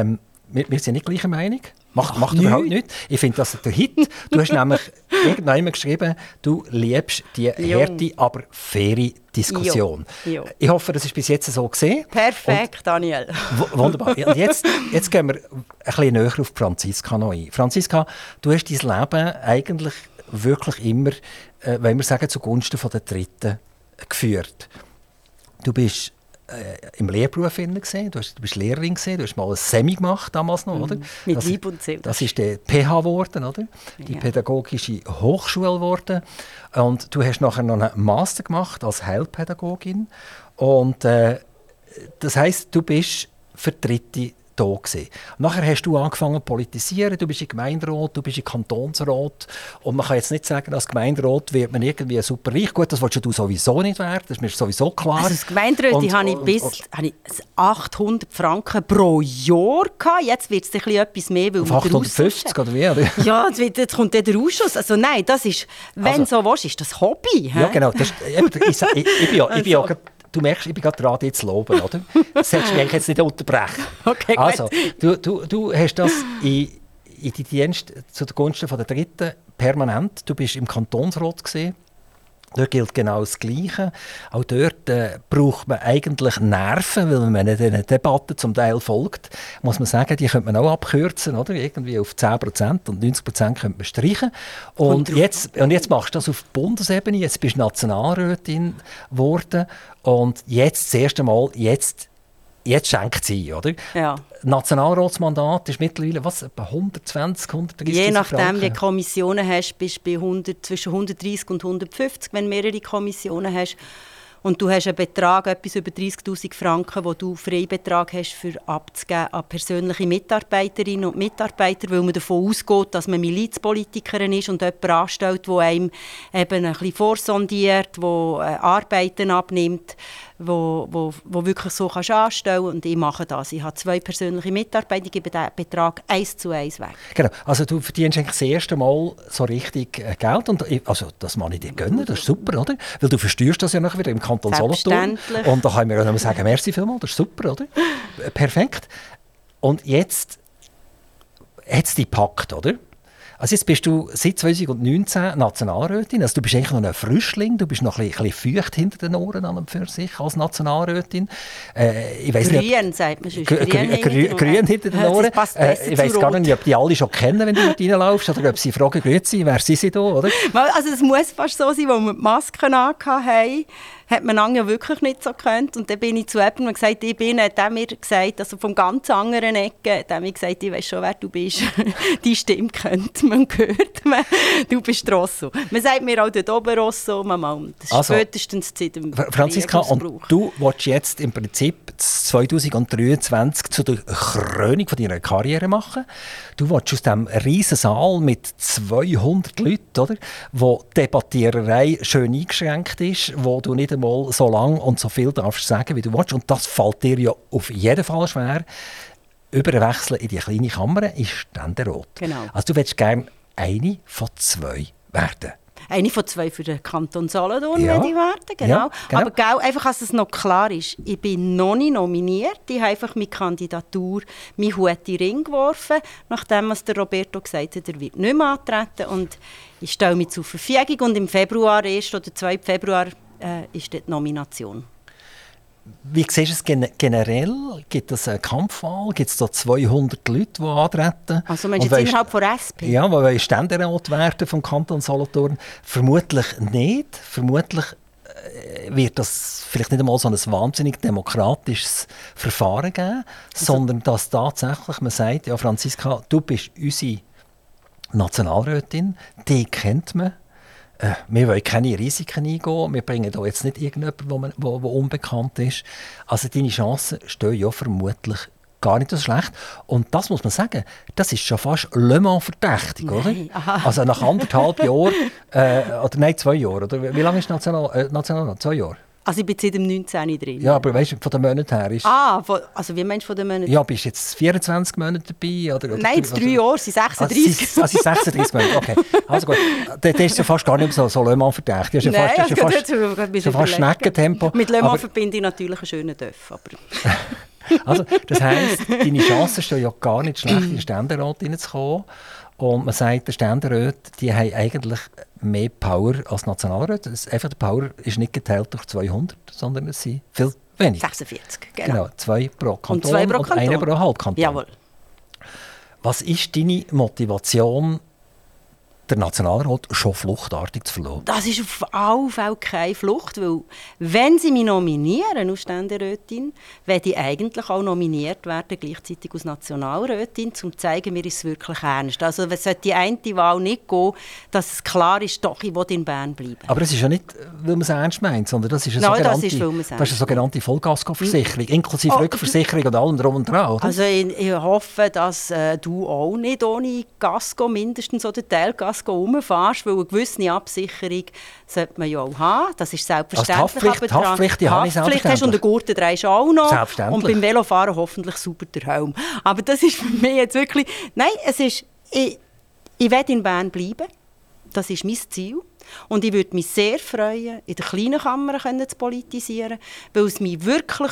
wir, wir sind nicht gleicher Meinung. Macht, macht überhaupt nichts. Ich finde das der Hit. Du hast nämlich irgendwann geschrieben, du liebst die harte, aber faire Diskussion.
Jo. Jo.
Ich hoffe, das ist bis jetzt so gesehen.
Perfekt, und, Daniel.
W- wunderbar. Und jetzt, jetzt gehen wir ein bisschen näher auf Franziska noch ein. Franziska, du hast dein Leben eigentlich wirklich immer, äh, wenn wir sagen, zugunsten von der Dritten geführt. Du bist äh, im Lehrberuf gewesen, du, hast, du bist Lehrerin gewesen, du hast mal ein Semi gemacht damals noch, mm, oder?
Mit
das,
Leib und Seele.
Das ist der P H geworden, oder? Die ja. Pädagogische Hochschule geworden. Und du hast nachher noch einen Master gemacht als Heilpädagogin. Und äh, das heisst, du bist für Dritte da gewesen. Nachher hast du angefangen zu politisieren, du bist im Gemeinderat, du bist im Kantonsrat und man kann jetzt nicht sagen, als Gemeinderat wird man irgendwie super reich. Gut, das willst du sowieso nicht werden, das ist mir sowieso klar.
Also als Gemeinderat habe ich bis und, habe ich achthundert Franken pro Jahr gehabt. Jetzt wird es ein bisschen etwas mehr, weil
auf achthundertfünfzig oder wie? Oder?
Ja, jetzt, wird, jetzt kommt der Ausschuss. Also nein, das ist, wenn also, so willst, ist das Hobby.
He? Ja genau, das, ich, ich, ich, ich bin ja, ich bin ja du merkst, ich bin gerade dran, dich zu loben, oder? Das solltest du mich jetzt nicht unterbrechen.
Okay,
also, du, du, du hast das in, in deinem Dienst zu den Gunsten der Dritten permanent. Du bist im Kantonsrat gewesen. Dort gilt genau das Gleiche. Auch dort äh, braucht man eigentlich Nerven, weil wenn man diesen Debatten zum Teil folgt, muss man sagen, die könnte man auch abkürzen, oder? Irgendwie auf zehn Prozent und neunzig Prozent könnte man streichen. Und, und, jetzt, und jetzt machst du das auf Bundesebene, jetzt bist du Nationalrätin geworden und jetzt das erste Mal, jetzt, jetzt schenkt sie, oder?
Ja.
Nationalratsmandat ist mittlerweile was, etwa hundertzwanzig, hundertdreissig
Je nachdem,
Franken.
wie du Kommissionen hast, bist du bei hundert, zwischen hundertdreissig und hundertfünfzig, wenn du mehrere Kommissionen hast. Und du hast einen Betrag, etwas über dreissigtausend Franken, den du Freibetrag hast, für abzugeben an persönliche Mitarbeiterinnen und Mitarbeiter, weil man davon ausgeht, dass man Milizpolitikerin ist und jemand anstellt, der einem eben ein bisschen vorsondiert, der Arbeiten abnimmt, wo, wo, wo wirklich so kannst anstellen kannst. Und ich mache das. Ich habe zwei persönliche Mitarbeiter, ich gebe den Betrag eins zu eins weg.
Genau, also du verdienst eigentlich das erste Mal so richtig Geld. Und ich, also das kann ich dir gönnen, das ist super, oder? Weil du versteuerst das ja nachher wieder im Kanton Solothurn. Und da können wir auch sagen, merci vielmals, das ist super, oder? Perfekt. Und jetzt hat es dich gepackt, oder? Also jetzt bist du seit zwanzig neunzehn Nationalrätin, also du bist eigentlich noch ein Frischling, du bist noch ein bisschen, ein bisschen feucht hinter den Ohren an und für sich als Nationalrätin. Äh, ich weiss
grün,
nicht,
sagt man schon.
Grün, grün, grün, grün hinter den Ohren. Äh, ich weiss gar nicht, ob die alle schon kennen, wenn du dort reinlaufst, oder ob sie fragen, grüezi, wer sind sie da, oder?
Also es muss fast so sein, als wir die Masken anhatten, hat man lange wirklich nicht so gekannt. Und dann bin ich zu jemandem und gesagt, ich bin, hat er mir gesagt, also vom ganz anderen Ecke, hat er mir gesagt, ich weiss schon, wer du bist. Die Stimme kennt man, hört man. Du bist Rosso. Man sagt mir auch dort oben Rosso, Mama. Das ist also, spätestens seit dem
Franziska, und du willst jetzt im Prinzip zwanzig dreiundzwanzig zu der Krönung von deiner Karriere machen. Du willst aus diesem riesen Saal mit zweihundert Leuten, oder, wo die Debattiererei schön eingeschränkt ist, wo du nicht mal so lang und so viel darfst sagen, wie du willst. Und das fällt dir ja auf jeden Fall schwer. Überwechseln in die kleine Kammer ist Ständerat.
Genau.
Also du willst gerne eine von zwei werden.
Eine von zwei für den Kanton Solothurn
ja.
werde ich werden, genau.
Ja, genau.
Aber gell, einfach, dass es noch klar ist, ich bin noch nicht nominiert. Ich habe einfach meine Kandidatur, meinen Hut in den Ring geworfen, nachdem was der Roberto gesagt hat, er wird nicht mehr antreten. Und ich stelle mich zur Verfügung. Und im Februar, ersten oder zweiten Februar, äh, ist die Nomination.
Wie siehst du es gen- generell? Gibt es eine Kampfwahl? Gibt es da zweihundert Leute, die antreten?
Also meinst du jetzt innerhalb von S P?
Ja, weil wir Ständerat werden vom Kanton Solothurn. Vermutlich nicht. Vermutlich äh, wird das vielleicht nicht einmal so ein wahnsinnig demokratisches Verfahren geben, also, sondern dass tatsächlich man sagt, ja Franziska, du bist unsere Nationalrätin, die kennt man. Äh, wir wollen keine Risiken eingehen, wir bringen hier jetzt nicht irgendjemanden, der unbekannt ist. Also deine Chancen stehen ja vermutlich gar nicht so schlecht. Und das muss man sagen, das ist schon fast Le Mans verdächtig, oder? Also nach anderthalb Jahren, äh, oder nein, zwei Jahren, oder? Wie lange ist National, äh, Nationalrat? Zwei Jahre?
Also ich bin seit dem neunzehn drin.
Ja, aber weißt du, von den Monaten her ist...
Ah, von, also wie meinst du von den Monaten?
Ja, bist du jetzt vierundzwanzig Monate dabei? Oder, oder
Nein, jetzt drei Jahre, es sind sechsunddreissig.
Ah, es sind sechsunddreissig Monate, okay. Also gut, das ist ja fast gar nicht so, so Le Mans verdächtig. Das ist ja
Nein,
fast, das ist ja fast,
das
ist ja fast Schneckentempo.
Mit Le Mans
aber,
verbinde ich natürlich einen schönen Dörf. Aber
Also, das heisst, deine Chancen stehen ja gar nicht schlecht, in den Ständerat hineinzukommen. Und man sagt, die Ständeräte, die haben eigentlich mehr Power als Nationalräte. Das, einfach, der Power ist nicht geteilt durch zweihundert, sondern es sind viel weniger.
sechsundvierzig, genau.
Genau, zwei pro Kanton
und, zwei pro
und
Kanton.
einer pro Halbkanton.
Jawohl.
Was ist deine Motivation, den Nationalrat schon fluchtartig zu verlassen?
Das ist auf alle Fälle keine Flucht, weil wenn sie mich nominieren als Ständerätin, werde ich eigentlich auch nominiert werden, gleichzeitig als Nationalrätin, um zu zeigen, mir ist es wirklich ernst. Also wenn sollte die eine Wahl nicht gehen, dass es klar ist, doch, ich will in Bern bleiben.
Aber es ist ja nicht, weil man es ernst meint, sondern das ist eine
Nein,
sogenannte,
das ist, weil man es
das ist eine sogenannte Vollkaskoversicherung, inklusive
Oh,
Rückversicherung und allem drum und dran, oder?
Also ich, ich hoffe, dass äh, du auch nicht ohne Gasco, mindestens oder Teilgasco, rumfährst, weil eine gewisse Absicherung sollte man ja auch haben. Das ist selbstverständlich.
Also die Haftpflicht,
aber
Haftpflicht, die habe ich
Haftpflicht hast du und den Gurten drehst du auch noch.
Selbstverständlich.
Und beim Velofahren hoffentlich sauber der Helm. Aber das ist für mich jetzt wirklich... Nein, es ist... Ich, ich will in Bern bleiben. Das ist mein Ziel. Und ich würde mich sehr freuen, in der kleinen Kammer zu politisieren, weil es mich wirklich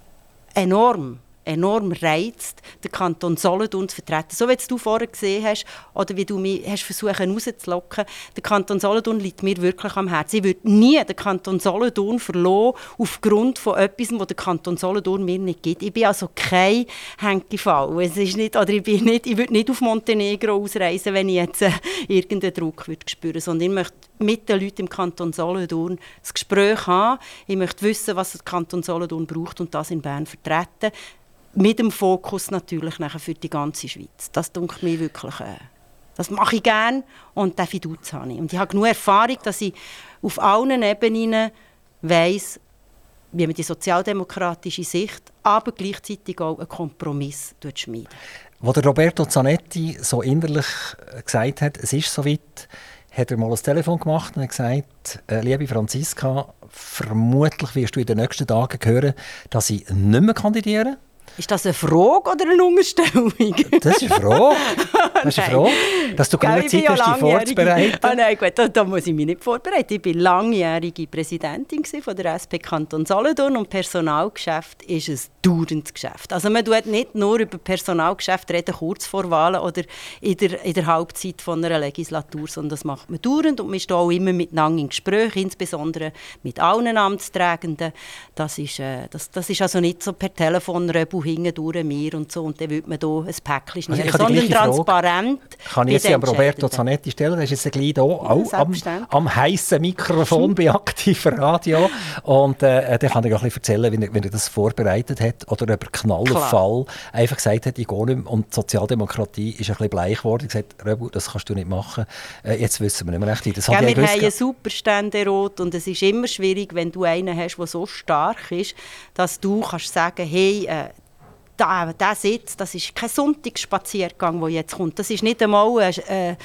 enorm enorm reizt, den Kanton Solothurn zu vertreten. So wie du vorher gesehen hast, oder wie du mich hast versucht rauszulocken, der Kanton Solothurn liegt mir wirklich am Herzen. Ich würde nie den Kanton Solothurn verlassen, aufgrund von etwas, das der Kanton Solothurn mir nicht gibt. Ich bin also kein Henkefall. Es ist nicht, oder ich, bin nicht, ich würde nicht auf Montenegro ausreisen, wenn ich jetzt äh, irgendeinen Druck würde spüren, sondern ich möchte mit den Leuten im Kanton Solothurn das Gespräch haben. Ich möchte wissen, was der Kanton Solothurn braucht und das in Bern vertreten. Mit dem Fokus natürlich nachher für die ganze Schweiz. Das denke mir wirklich, äh, das mache ich gerne und diesen Fiduz habe ich. Und ich habe genug Erfahrung, dass ich auf allen Ebenen weiss, wie man die sozialdemokratische Sicht, aber gleichzeitig auch einen Kompromiss schmiedet.
Als der Roberto Zanetti so innerlich gesagt hat, es ist soweit, hat er mal ein Telefon gemacht und hat gesagt, äh, liebe Franziska, vermutlich wirst du in den nächsten Tagen hören, dass ich nicht mehr kandidiere.
Ist das eine Frage oder eine Unterstellung?
Das ist eine Frage. Das ist eine Frage. Dass du genug Zeit hast, dich vorzubereiten.
Ah, nein, gut, da, da muss ich mich nicht vorbereiten. Ich war langjährige Präsidentin von der S P Kanton Solothurn und Personalgeschäft ist ein dauerndes Geschäft. Also man redet nicht nur über Personalgeschäft reden, kurz vor Wahlen oder in der, in der Halbzeit von einer Legislatur, sondern das macht man dauernd und man steht auch immer miteinander in Gespräch, insbesondere mit allen Amtsträgenden. Das ist, äh, das, das ist also nicht so per Telefon Röbel hinten durch mir und so und dann würde man hier ein Päckchen schneiden,
also
sondern transparent.
Kann ich jetzt an Roberto Zanetti stellen? Der ist jetzt gleich hier, auch
ja,
am, am heissen Mikrofon bei Aktiv Radio. Und äh, der kann dir auch ein bisschen erzählen, wie er, wie er das vorbereitet hat oder über Knallenfall einfach gesagt hat, ich gehe nicht mehr. Und die Sozialdemokratie ist ein bisschen bleich geworden. Er hat gesagt, Röbel, das kannst du nicht machen. Äh, jetzt wissen wir nicht mehr recht, wie das
ja,
hat.
Wir haben einen super Ständerat und es ist immer schwierig, wenn du einen hast, der so stark ist, dass du kannst sagen, hey, äh, Da, der Sitz, das ist kein Sonntagsspaziergang, der jetzt kommt. Das ist nicht einmal eine,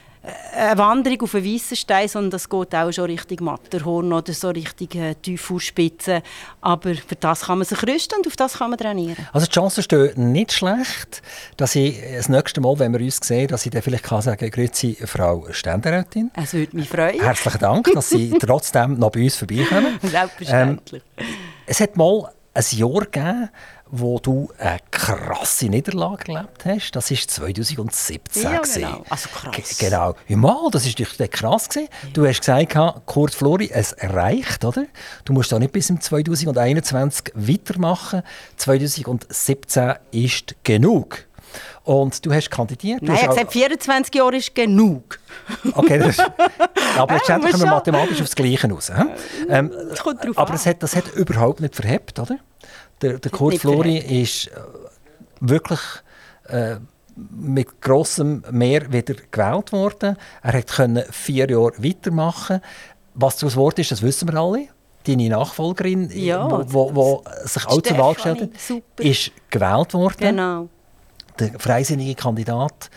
eine Wanderung auf einen weißen Stein, sondern das geht auch schon Richtung Matterhorn oder so Richtung äh, Teufelsspitze. Aber für das kann man sich rüsten und auf das kann man trainieren.
Also die Chancen stehen nicht schlecht, dass ich das nächste Mal, wenn wir uns sehen, dass ich dann vielleicht kann sagen, grüezi Frau Ständerätin.
Es würde mich freuen.
Herzlichen Dank, dass Sie trotzdem noch bei uns vorbeikommen.
Selbstverständlich.
Ähm, es hat mal ein Jahr gegeben, wo du eine krasse Niederlage erlebt hast. Das war zwanzig siebzehn.
Ja, genau. Also krass.
G- genau. Ja, mal, das war krass. Ja. Du hast gesagt, Kurt Flori, es reicht, oder? Du musst da nicht bis im zwanzig einundzwanzig weitermachen. zwanzig siebzehn ist genug. Und du hast kandidiert. Du
Nein,
hast
ich habe gesagt, vierundzwanzig Jahre ist genug.
Okay, das, aber letztendlich kommen wir mathematisch aufs Gleiche raus. Ähm,
das kommt drauf
aber
an.
das hat, das hat überhaupt nicht verhebt, oder? Der, der Kurt Flori ist äh, wirklich äh, mit grossem Mehr wieder gewählt worden. Er konnte vier Jahre weitermachen. Was daraus Wort ist, das wissen wir alle. Deine Nachfolgerin, die
Ja,
wo, wo, wo sich auch zur Wahl gestellt hat,
super.
ist gewählt worden.
Genau.
Der freisinnige Kandidat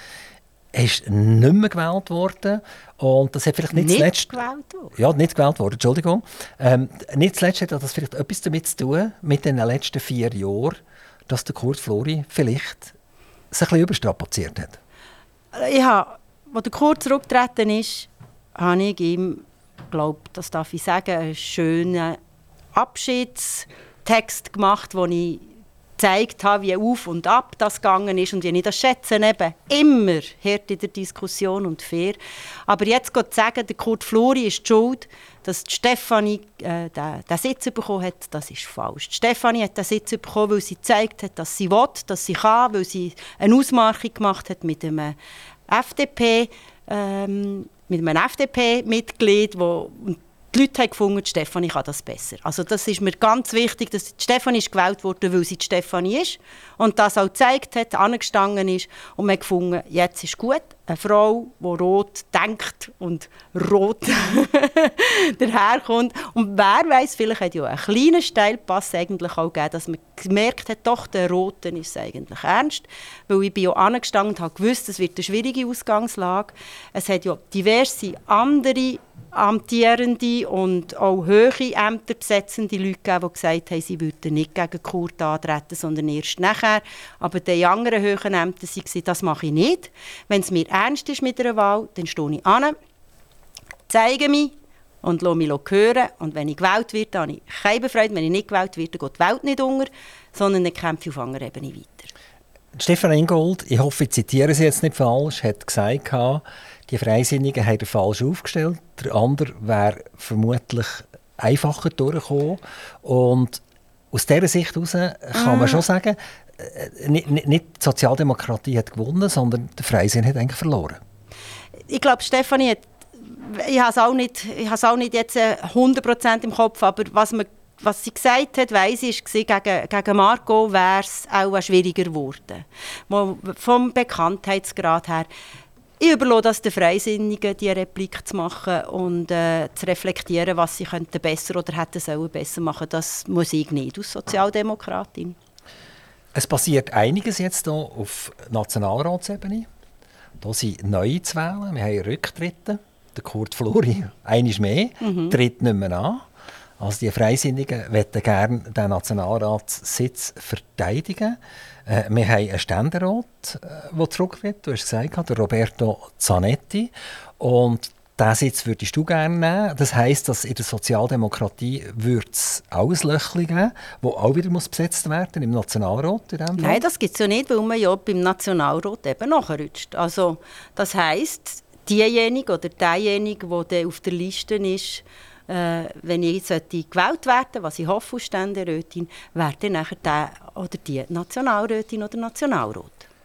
ist nicht mehr gewählt worden. Und das hat vielleicht nicht,
Nicht
zuletzt...
gewählt worden?
Ja, nicht gewählt worden, Entschuldigung. Ähm, nicht zuletzt hat das vielleicht etwas damit zu tun, mit den letzten vier Jahren, dass der Kurt Flori vielleicht sich ein bisschen überstrapaziert hat.
Ich habe, als der Kurt zurückgetreten ist, habe ich ihm, glaube, das darf ich sagen, einen schönen Abschiedstext gemacht, wo ich gezeigt habe, wie auf und ab das gegangen ist und wie ich das schätze, eben immer hart in der Diskussion und fair. Aber jetzt zu sagen, der Kurt Fluri ist die Schuld, dass die Stefanie äh, den, den Sitz bekommen hat, das ist falsch. Die Stefanie hat den Sitz bekommen, weil sie gezeigt hat, dass sie will, dass sie kann, weil sie eine Ausmachung gemacht hat mit einem F D P, ähm, mit einem F D P-Mitglied, wo die Leute haben gefunden, die Stefanie kann das besser. Also das ist mir ganz wichtig, dass die Stefanie ist gewählt wurde, weil sie die Stefanie ist und das auch gezeigt hat, angestanden ist und man hat gefunden, jetzt ist gut. Eine Frau, die rot denkt und rot daherkommt. Und wer weiss, vielleicht hat ja einen kleinen Steilpass eigentlich auch gegeben, dass man gemerkt hat, doch, der Roten ist eigentlich ernst. Weil ich bin ja angestanden und habe gewusst, es wird eine schwierige Ausgangslage. Es hat ja diverse andere amtierende und auch hohe Ämter besetzende Leute gegeben, die gesagt haben, sie würden nicht gegen Kurt antreten, sondern erst nachher. Aber die anderen hohen Ämter waren, das mache ich nicht. Wenn es mir ernst ist mit einer Wahl, dann stehe ich an, zeige mich und lasse mich hören. Und wenn ich gewählt werde, dann habe ich keine Freude. Wenn ich nicht gewählt werde, geht die Welt nicht unter, sondern dann kämpfe ich auf anderer Ebene weiter.
Stefan Ingold, ich hoffe, ich zitiere Sie jetzt nicht falsch, hat gesagt, die Freisinnigen haben falsch aufgestellt. Der andere wäre vermutlich einfacher durchgekommen. Und aus dieser Sicht heraus kann man schon sagen, nicht, nicht, nicht die Sozialdemokratie hat gewonnen, sondern der Freisinn hat eigentlich verloren. Ich glaube,
Stefanie hat, ich habe es auch nicht, ich habe es auch nicht jetzt hundert Prozent im Kopf, aber was man Was sie gesagt hat, weiss ich, war, gegen, gegen Marco wäre es auch schwieriger geworden. Vom Bekanntheitsgrad her. Ich überlasse das den Freisinnigen, diese Replik zu machen und äh, zu reflektieren, was sie könnten besser oder hätten sollen besser machen. Das muss ich nicht als Sozialdemokratin.
Es passiert einiges jetzt hier auf Nationalratsebene. Hier sind neue zu wählen. Wir haben Rücktritte. Der Kurt Fluri, einmal mehr, mhm. tritt nicht mehr an. Also die Freisinnigen möchten gerne den Nationalratssitz verteidigen. Äh, wir haben einen Ständerat, der zurücktritt. Du hast gesagt, der Roberto Zanetti. Und diesen Sitz würdest du gerne nehmen. Das heisst, dass in der Sozialdemokratie es auch ein Löchchen geben, das auch wieder besetzt werden im Nationalrat. In dem Fall.
Nein, das gibt es ja nicht, weil man ja beim Nationalrat eben nachrutscht. Also, das heisst, diejenige oder derjenige, der auf der Liste ist, Äh, wenn ich gewählt werde, was ich hoffe als Ständerätin, wäre dann nachher der oder die Nationalrätin oder Nationalrat.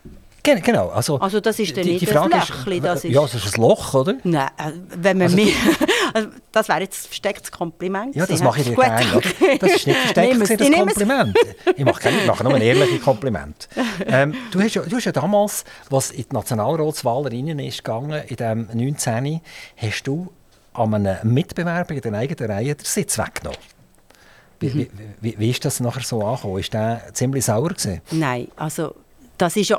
Genau. Also,
also das ist dann
die,
nicht
die Frage
ein Löchchen. Das ist,
ja, das ist ein Loch, oder?
Nein, wenn man also, mehr, also, das wäre jetzt ein verstecktes Kompliment.
Ja, das mache ich dir gerne. Das ist nicht versteckt, das Kompliment. Ich mache, keine, ich mache nur ein ehrliches Kompliment. ähm, du, hast ja, du hast ja damals, was in die Nationalratswahl rein ist gegangen, in dem neunzehn, hast du an einem Mitbewerber in der eigenen Reihe den Sitz weggenommen. Wie, mhm. wie, wie, wie ist das nachher so angekommen? Ist der ziemlich sauer gewesen?
Nein, also das ist ja,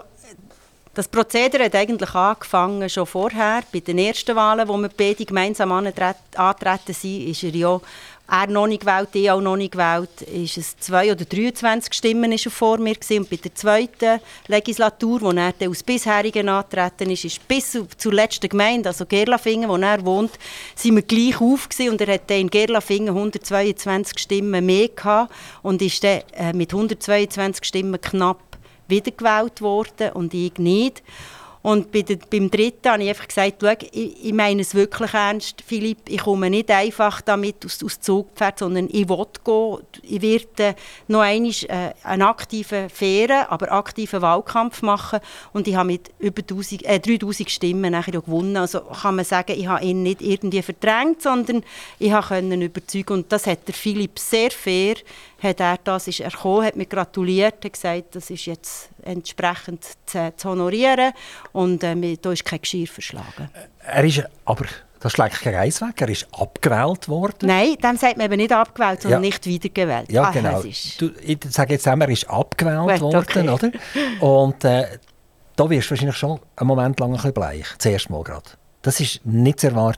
das Prozedere hat eigentlich angefangen schon vorher. Bei den ersten Wahlen, wo wir beide gemeinsam antreten sind, ist er ja er noch nicht gewählt, ich auch noch nicht gewählt, ist es zwei oder dreiundzwanzig Stimmen ist er vor mir gewesen. Und bei der zweiten Legislatur, wo er aus bisherigen antreten ist, ist bis zur letzten Gemeinde, also Gerlafingen, wo er wohnt, sind wir gleich auf gewesen. Und er hat in Gerlafingen hundertzweiundzwanzig Stimmen mehr gehabt und ist dann äh, mit hundertzweiundzwanzig Stimmen knapp wiedergewählt worden und ich nicht. Und bei der, beim dritten habe ich einfach gesagt, ich, ich meine es wirklich ernst, Philipp, ich komme nicht einfach damit aus, aus Zugpferd, sondern ich will gehen. Ich werde noch einmal äh, einen aktiven, fairen, aber aktiven Wahlkampf machen. Und ich habe mit über äh, dreitausend Stimmen nachher gewonnen. Also kann man sagen, ich habe ihn nicht irgendwie verdrängt, sondern ich konnte ihn überzeugen. Und das hat der Philipp sehr fair, hat er das ist er gekommen, hat mir gratuliert, hat gesagt, das ist jetzt entsprechend zu, zu honorieren und äh, da ist kein Geschirr verschlagen.
Er ist aber, das schlägt kein Eis weg, er ist abgewählt worden.
Nein, dann sagt man eben nicht abgewählt, sondern ja. nicht wiedergewählt.
Ja, ah, genau. Du, ich sage jetzt einmal, er ist abgewählt Gut, worden, okay. oder? Und äh, da wirst du wahrscheinlich schon einen Moment lang ein bisschen bleich, das erste Mal gerade. Das war nicht zu erwarten gewesen.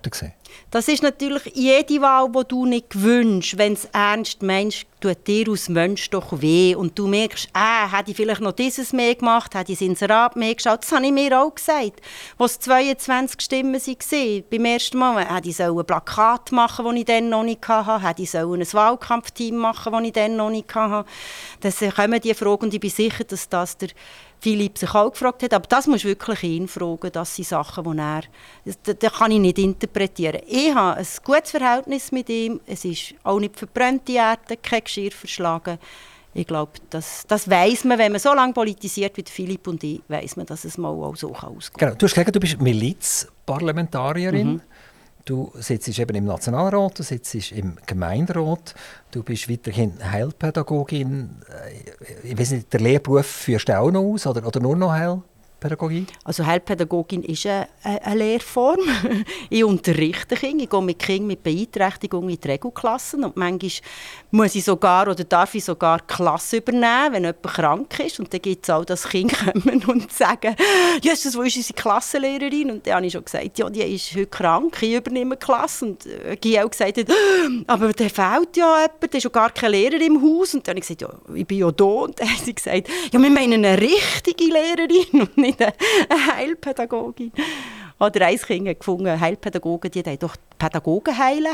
Das ist natürlich jede Wahl, die du nicht wünschst. Wenn es ernst meinst, tut dir als Mensch doch weh. Und du merkst, äh, hätte ich vielleicht noch dieses mehr gemacht, hätte ich das Inserat mehr geschaut. Das habe ich mir auch gesagt. Als zweiundzwanzig Stimmen waren, beim ersten Mal, hätte ich ein Plakat machen sollen, das ich dann noch nicht hatte. Hätte ich ein Wahlkampfteam machen sollen, das ich dann noch nicht hatte. Dann kommen diese Fragen und ich bin sicher, dass das der Philipp sich auch gefragt hat. Aber das musst du wirklich ihn fragen. Das sind Sachen, die er... Das, das kann ich nicht interpretieren. Ich habe ein gutes Verhältnis mit ihm. Es ist auch nicht verbrannte Erde, kein Geschirr verschlagen. Ich glaube, das, das weiss man, wenn man so lange politisiert wie Philipp und ich, weiss man, dass es mal auch so ausgehen kann.
Genau. Du hast gesagt, du bist Milizparlamentarierin. Mhm. Du sitzt eben im Nationalrat, du sitzt im Gemeinderat, du bist weiterhin Heilpädagogin. Ich weiß nicht, der Lehrberuf führst du auch noch aus oder, oder nur noch Heilpädagogik?
Also Heilpädagogin ist eine, eine Lehrform. Ich unterrichte Kinder, ich gehe mit Kindern mit Beeinträchtigung in die Regelklassen und manchmal muss ich sogar oder darf ich sogar die Klasse übernehmen, wenn jemand krank ist. Und dann gibt es auch, dass Kinder kommen und sagen, «Jesus, wo ist unsere Klassenlehrerin?» Und dann habe ich schon gesagt, «Ja, die ist heute krank, ich übernehme die Klasse.» Und äh, Guy auch gesagt, «Aber da fehlt ja jemand, da ist ja gar kein Lehrer im Haus.» Und dann habe ich gesagt, «Ja, ich bin ja da.» Und dann haben sie gesagt, «Ja, wir meinen eine richtige Lehrerin und nicht eine Heilpädagogin.» Oder ein Kind hat gefunden, Heilpädagogen, die wollen doch Pädagogen heilen.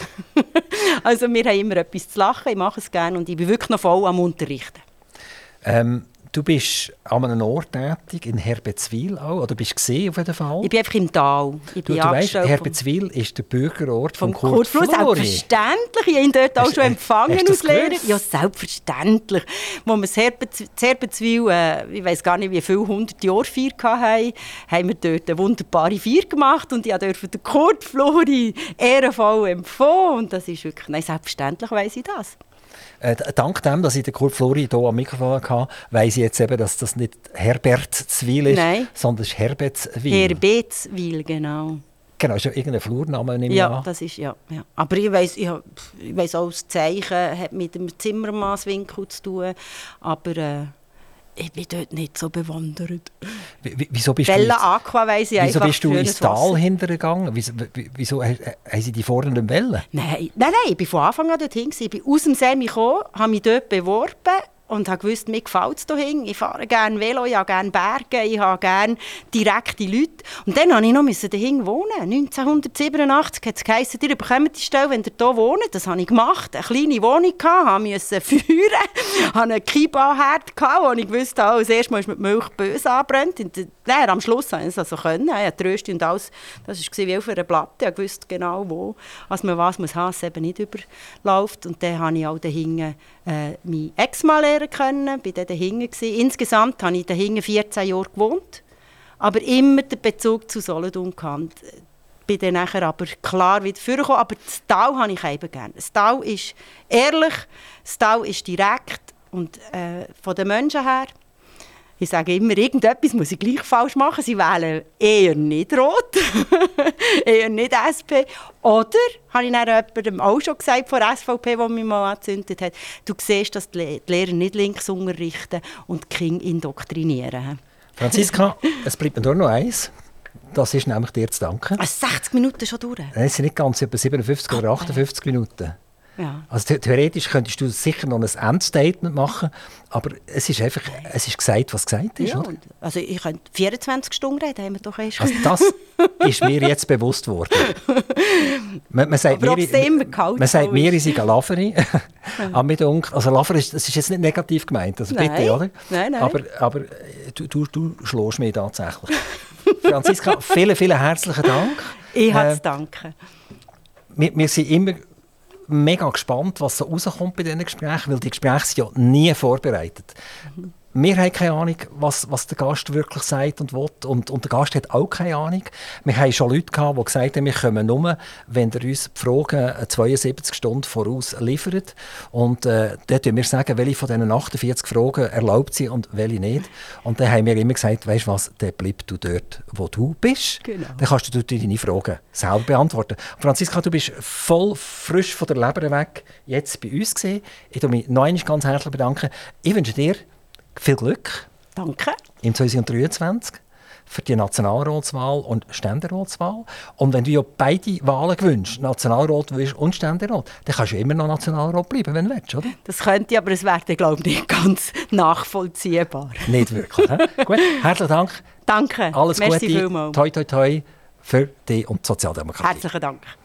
Also wir haben immer etwas zu lachen, ich mache es gerne und ich bin wirklich noch voll am Unterrichten.
Ähm, du bist an einem Ort tätig, in Herbertswil auch, oder bist du auf jeden Fall?
Ich bin einfach im Tal. Ich bin
du du weißt, Herbertswil ist der Bürgerort von Kurt Fluri.
Selbstverständlich, ich habe ihn dort auch hast, schon empfangen als Lehrer. Ja, selbstverständlich. Wo wir in Herbertswil, äh, ich weiss gar nicht, wie viele hundert Jahre Feier hatten, haben wir dort eine wunderbare Feier gemacht und ich durfte den Kurt Fluri ehrenvoll empfangen. Und das ist wirklich, nein, selbstverständlich weiss ich das.
Äh, dank dem, dass ich den Kurt Fluri hier am Mikrofon hatte, weiss ich jetzt eben, dass das nicht Herbertswil ist,
Nein.
sondern Herbertswil.
Herbertswil, genau.
Genau, ist ja irgendein Flurname, nehme ich
Ja,
an.
das ist, ja, ja. Aber ich weiss, ich, ich weiss auch, das Zeichen hat mit dem Zimmermannswinkel zu tun, aber äh, ich bin dort nicht so bewandert.
W- wieso bist
Bella
du
Aqua weiss ich
wieso
einfach.
bist du ins Tal hintergegangen? Wieso, wieso haben sie die vorne nicht wollen?
Nein, nein, nein, ich bin von Anfang an dorthin. Ich bin aus dem Semi gekommen, habe mich dort beworben und habe gewusst, mir gefällt es hierhin. Ich fahre gerne Velo, ich habe gerne Berge, ich habe gerne direkte Leute. Und dann musste ich noch dahin wohnen. neunzehnhundertsiebenundachtzig hat es geheißen, ihr bekommt die Stelle, wenn ihr hier wohnt. Das habe ich gemacht. Eine kleine Wohnung hatte, musste führen, hatte einen Kiba-Herd, wo ich wusste, oh, das erste Mal ist mit Milch böse angebrannt. Und dann, am Schluss konnte ich es also können. Ich hatte Tröste und alles. Das war wie auf einer Platte. Ich wusste genau, wo also man was muss haben, dass es eben nicht überläuft. Und dann habe ich auch dahinten äh, meinen Ex-Mann lernen können. Ich war dann dahinten. Insgesamt habe ich dahinten vierzehn Jahre gewohnt. Aber immer den Bezug zu Solothurn gehabt. Ich bin dann nachher aber klar wieder vorgekommen. Aber das Tal habe ich eben gerne. Das Tal ist ehrlich, das Tal ist direkt. Und äh, von den Menschen her, ich sage immer, irgendetwas muss ich gleich falsch machen. Sie wählen eher nicht rot, eher nicht S P. Oder, habe ich dann jemandem auch schon gesagt, von der S V P, der mich mal angezündet hat, du siehst, dass die Lehrer nicht links unterrichten und die Kinder indoktrinieren.
Franziska, es bleibt mir nur noch eins. Das ist nämlich dir zu danken.
Also sechzig Minuten schon durch?
Nein, es sind nicht ganz, etwa siebenundfünfzig oder achtundfünfzig Minuten.
Ja.
Also the- theoretisch könntest du sicher noch ein Endstatement machen, aber es ist einfach, es ist gesagt, was gesagt ist,
Ja,
oder?
und, also ich könnte vierundzwanzig Stunden reden, haben wir doch erst.
Also das ist mir jetzt bewusst worden. Man, man sagt,
Aber
mir,
ob's immer kalt
man sagt
so
mir,
ist.
ich sei ein Laveri. Aber mir dunkt, also Laveri, ist- das ist jetzt nicht negativ gemeint, also bitte,
Nein.
oder?
Nein, nein.
Aber, aber äh, du, du, du schlägst mich tatsächlich. Franziska, vielen, vielen herzlichen Dank.
Ich habe
Äh,
zu danken.
Wir, wir sind immer mega gespannt, was so rauskommt bei diesen Gesprächen, weil die Gespräche sind ja nie vorbereitet. Wir haben keine Ahnung, was, was der Gast wirklich sagt und will. Und, und der Gast hat auch keine Ahnung. Wir haben schon Leute gehabt, die gesagt haben, wir kommen nur, wenn er uns die Fragen zweiundsiebzig Stunden voraus liefert. Und äh, dann sagen wir sagen, welche von diesen achtundvierzig Fragen erlaubt sind und welche nicht. Und dann haben wir immer gesagt, weißt du was, dann bleib du dort, wo du bist.
Genau.
Dann kannst du deine Fragen selber beantworten. Franziska, du bist voll frisch von der Leber weg jetzt bei uns gewesen. Ich bedanke mich noch einmal ganz herzlich bedanken. Ich wünsche dir viel Glück
Danke.
im zwanzig dreiundzwanzig. für die Nationalratswahl und Ständeratswahl. Und wenn du ja beide Wahlen gewünscht, Nationalrat und Ständerat, dann kannst du ja immer noch Nationalrat bleiben, wenn du willst, oder?
Das könnte, aber es wäre, glaube ich, nicht ganz nachvollziehbar.
Nicht wirklich. He? Gut, herzlichen Dank.
Danke.
Alles
Merci
Gute.
Vielmals.
Toi, toi, toi für dich und die Sozialdemokratie.
Herzlichen Dank.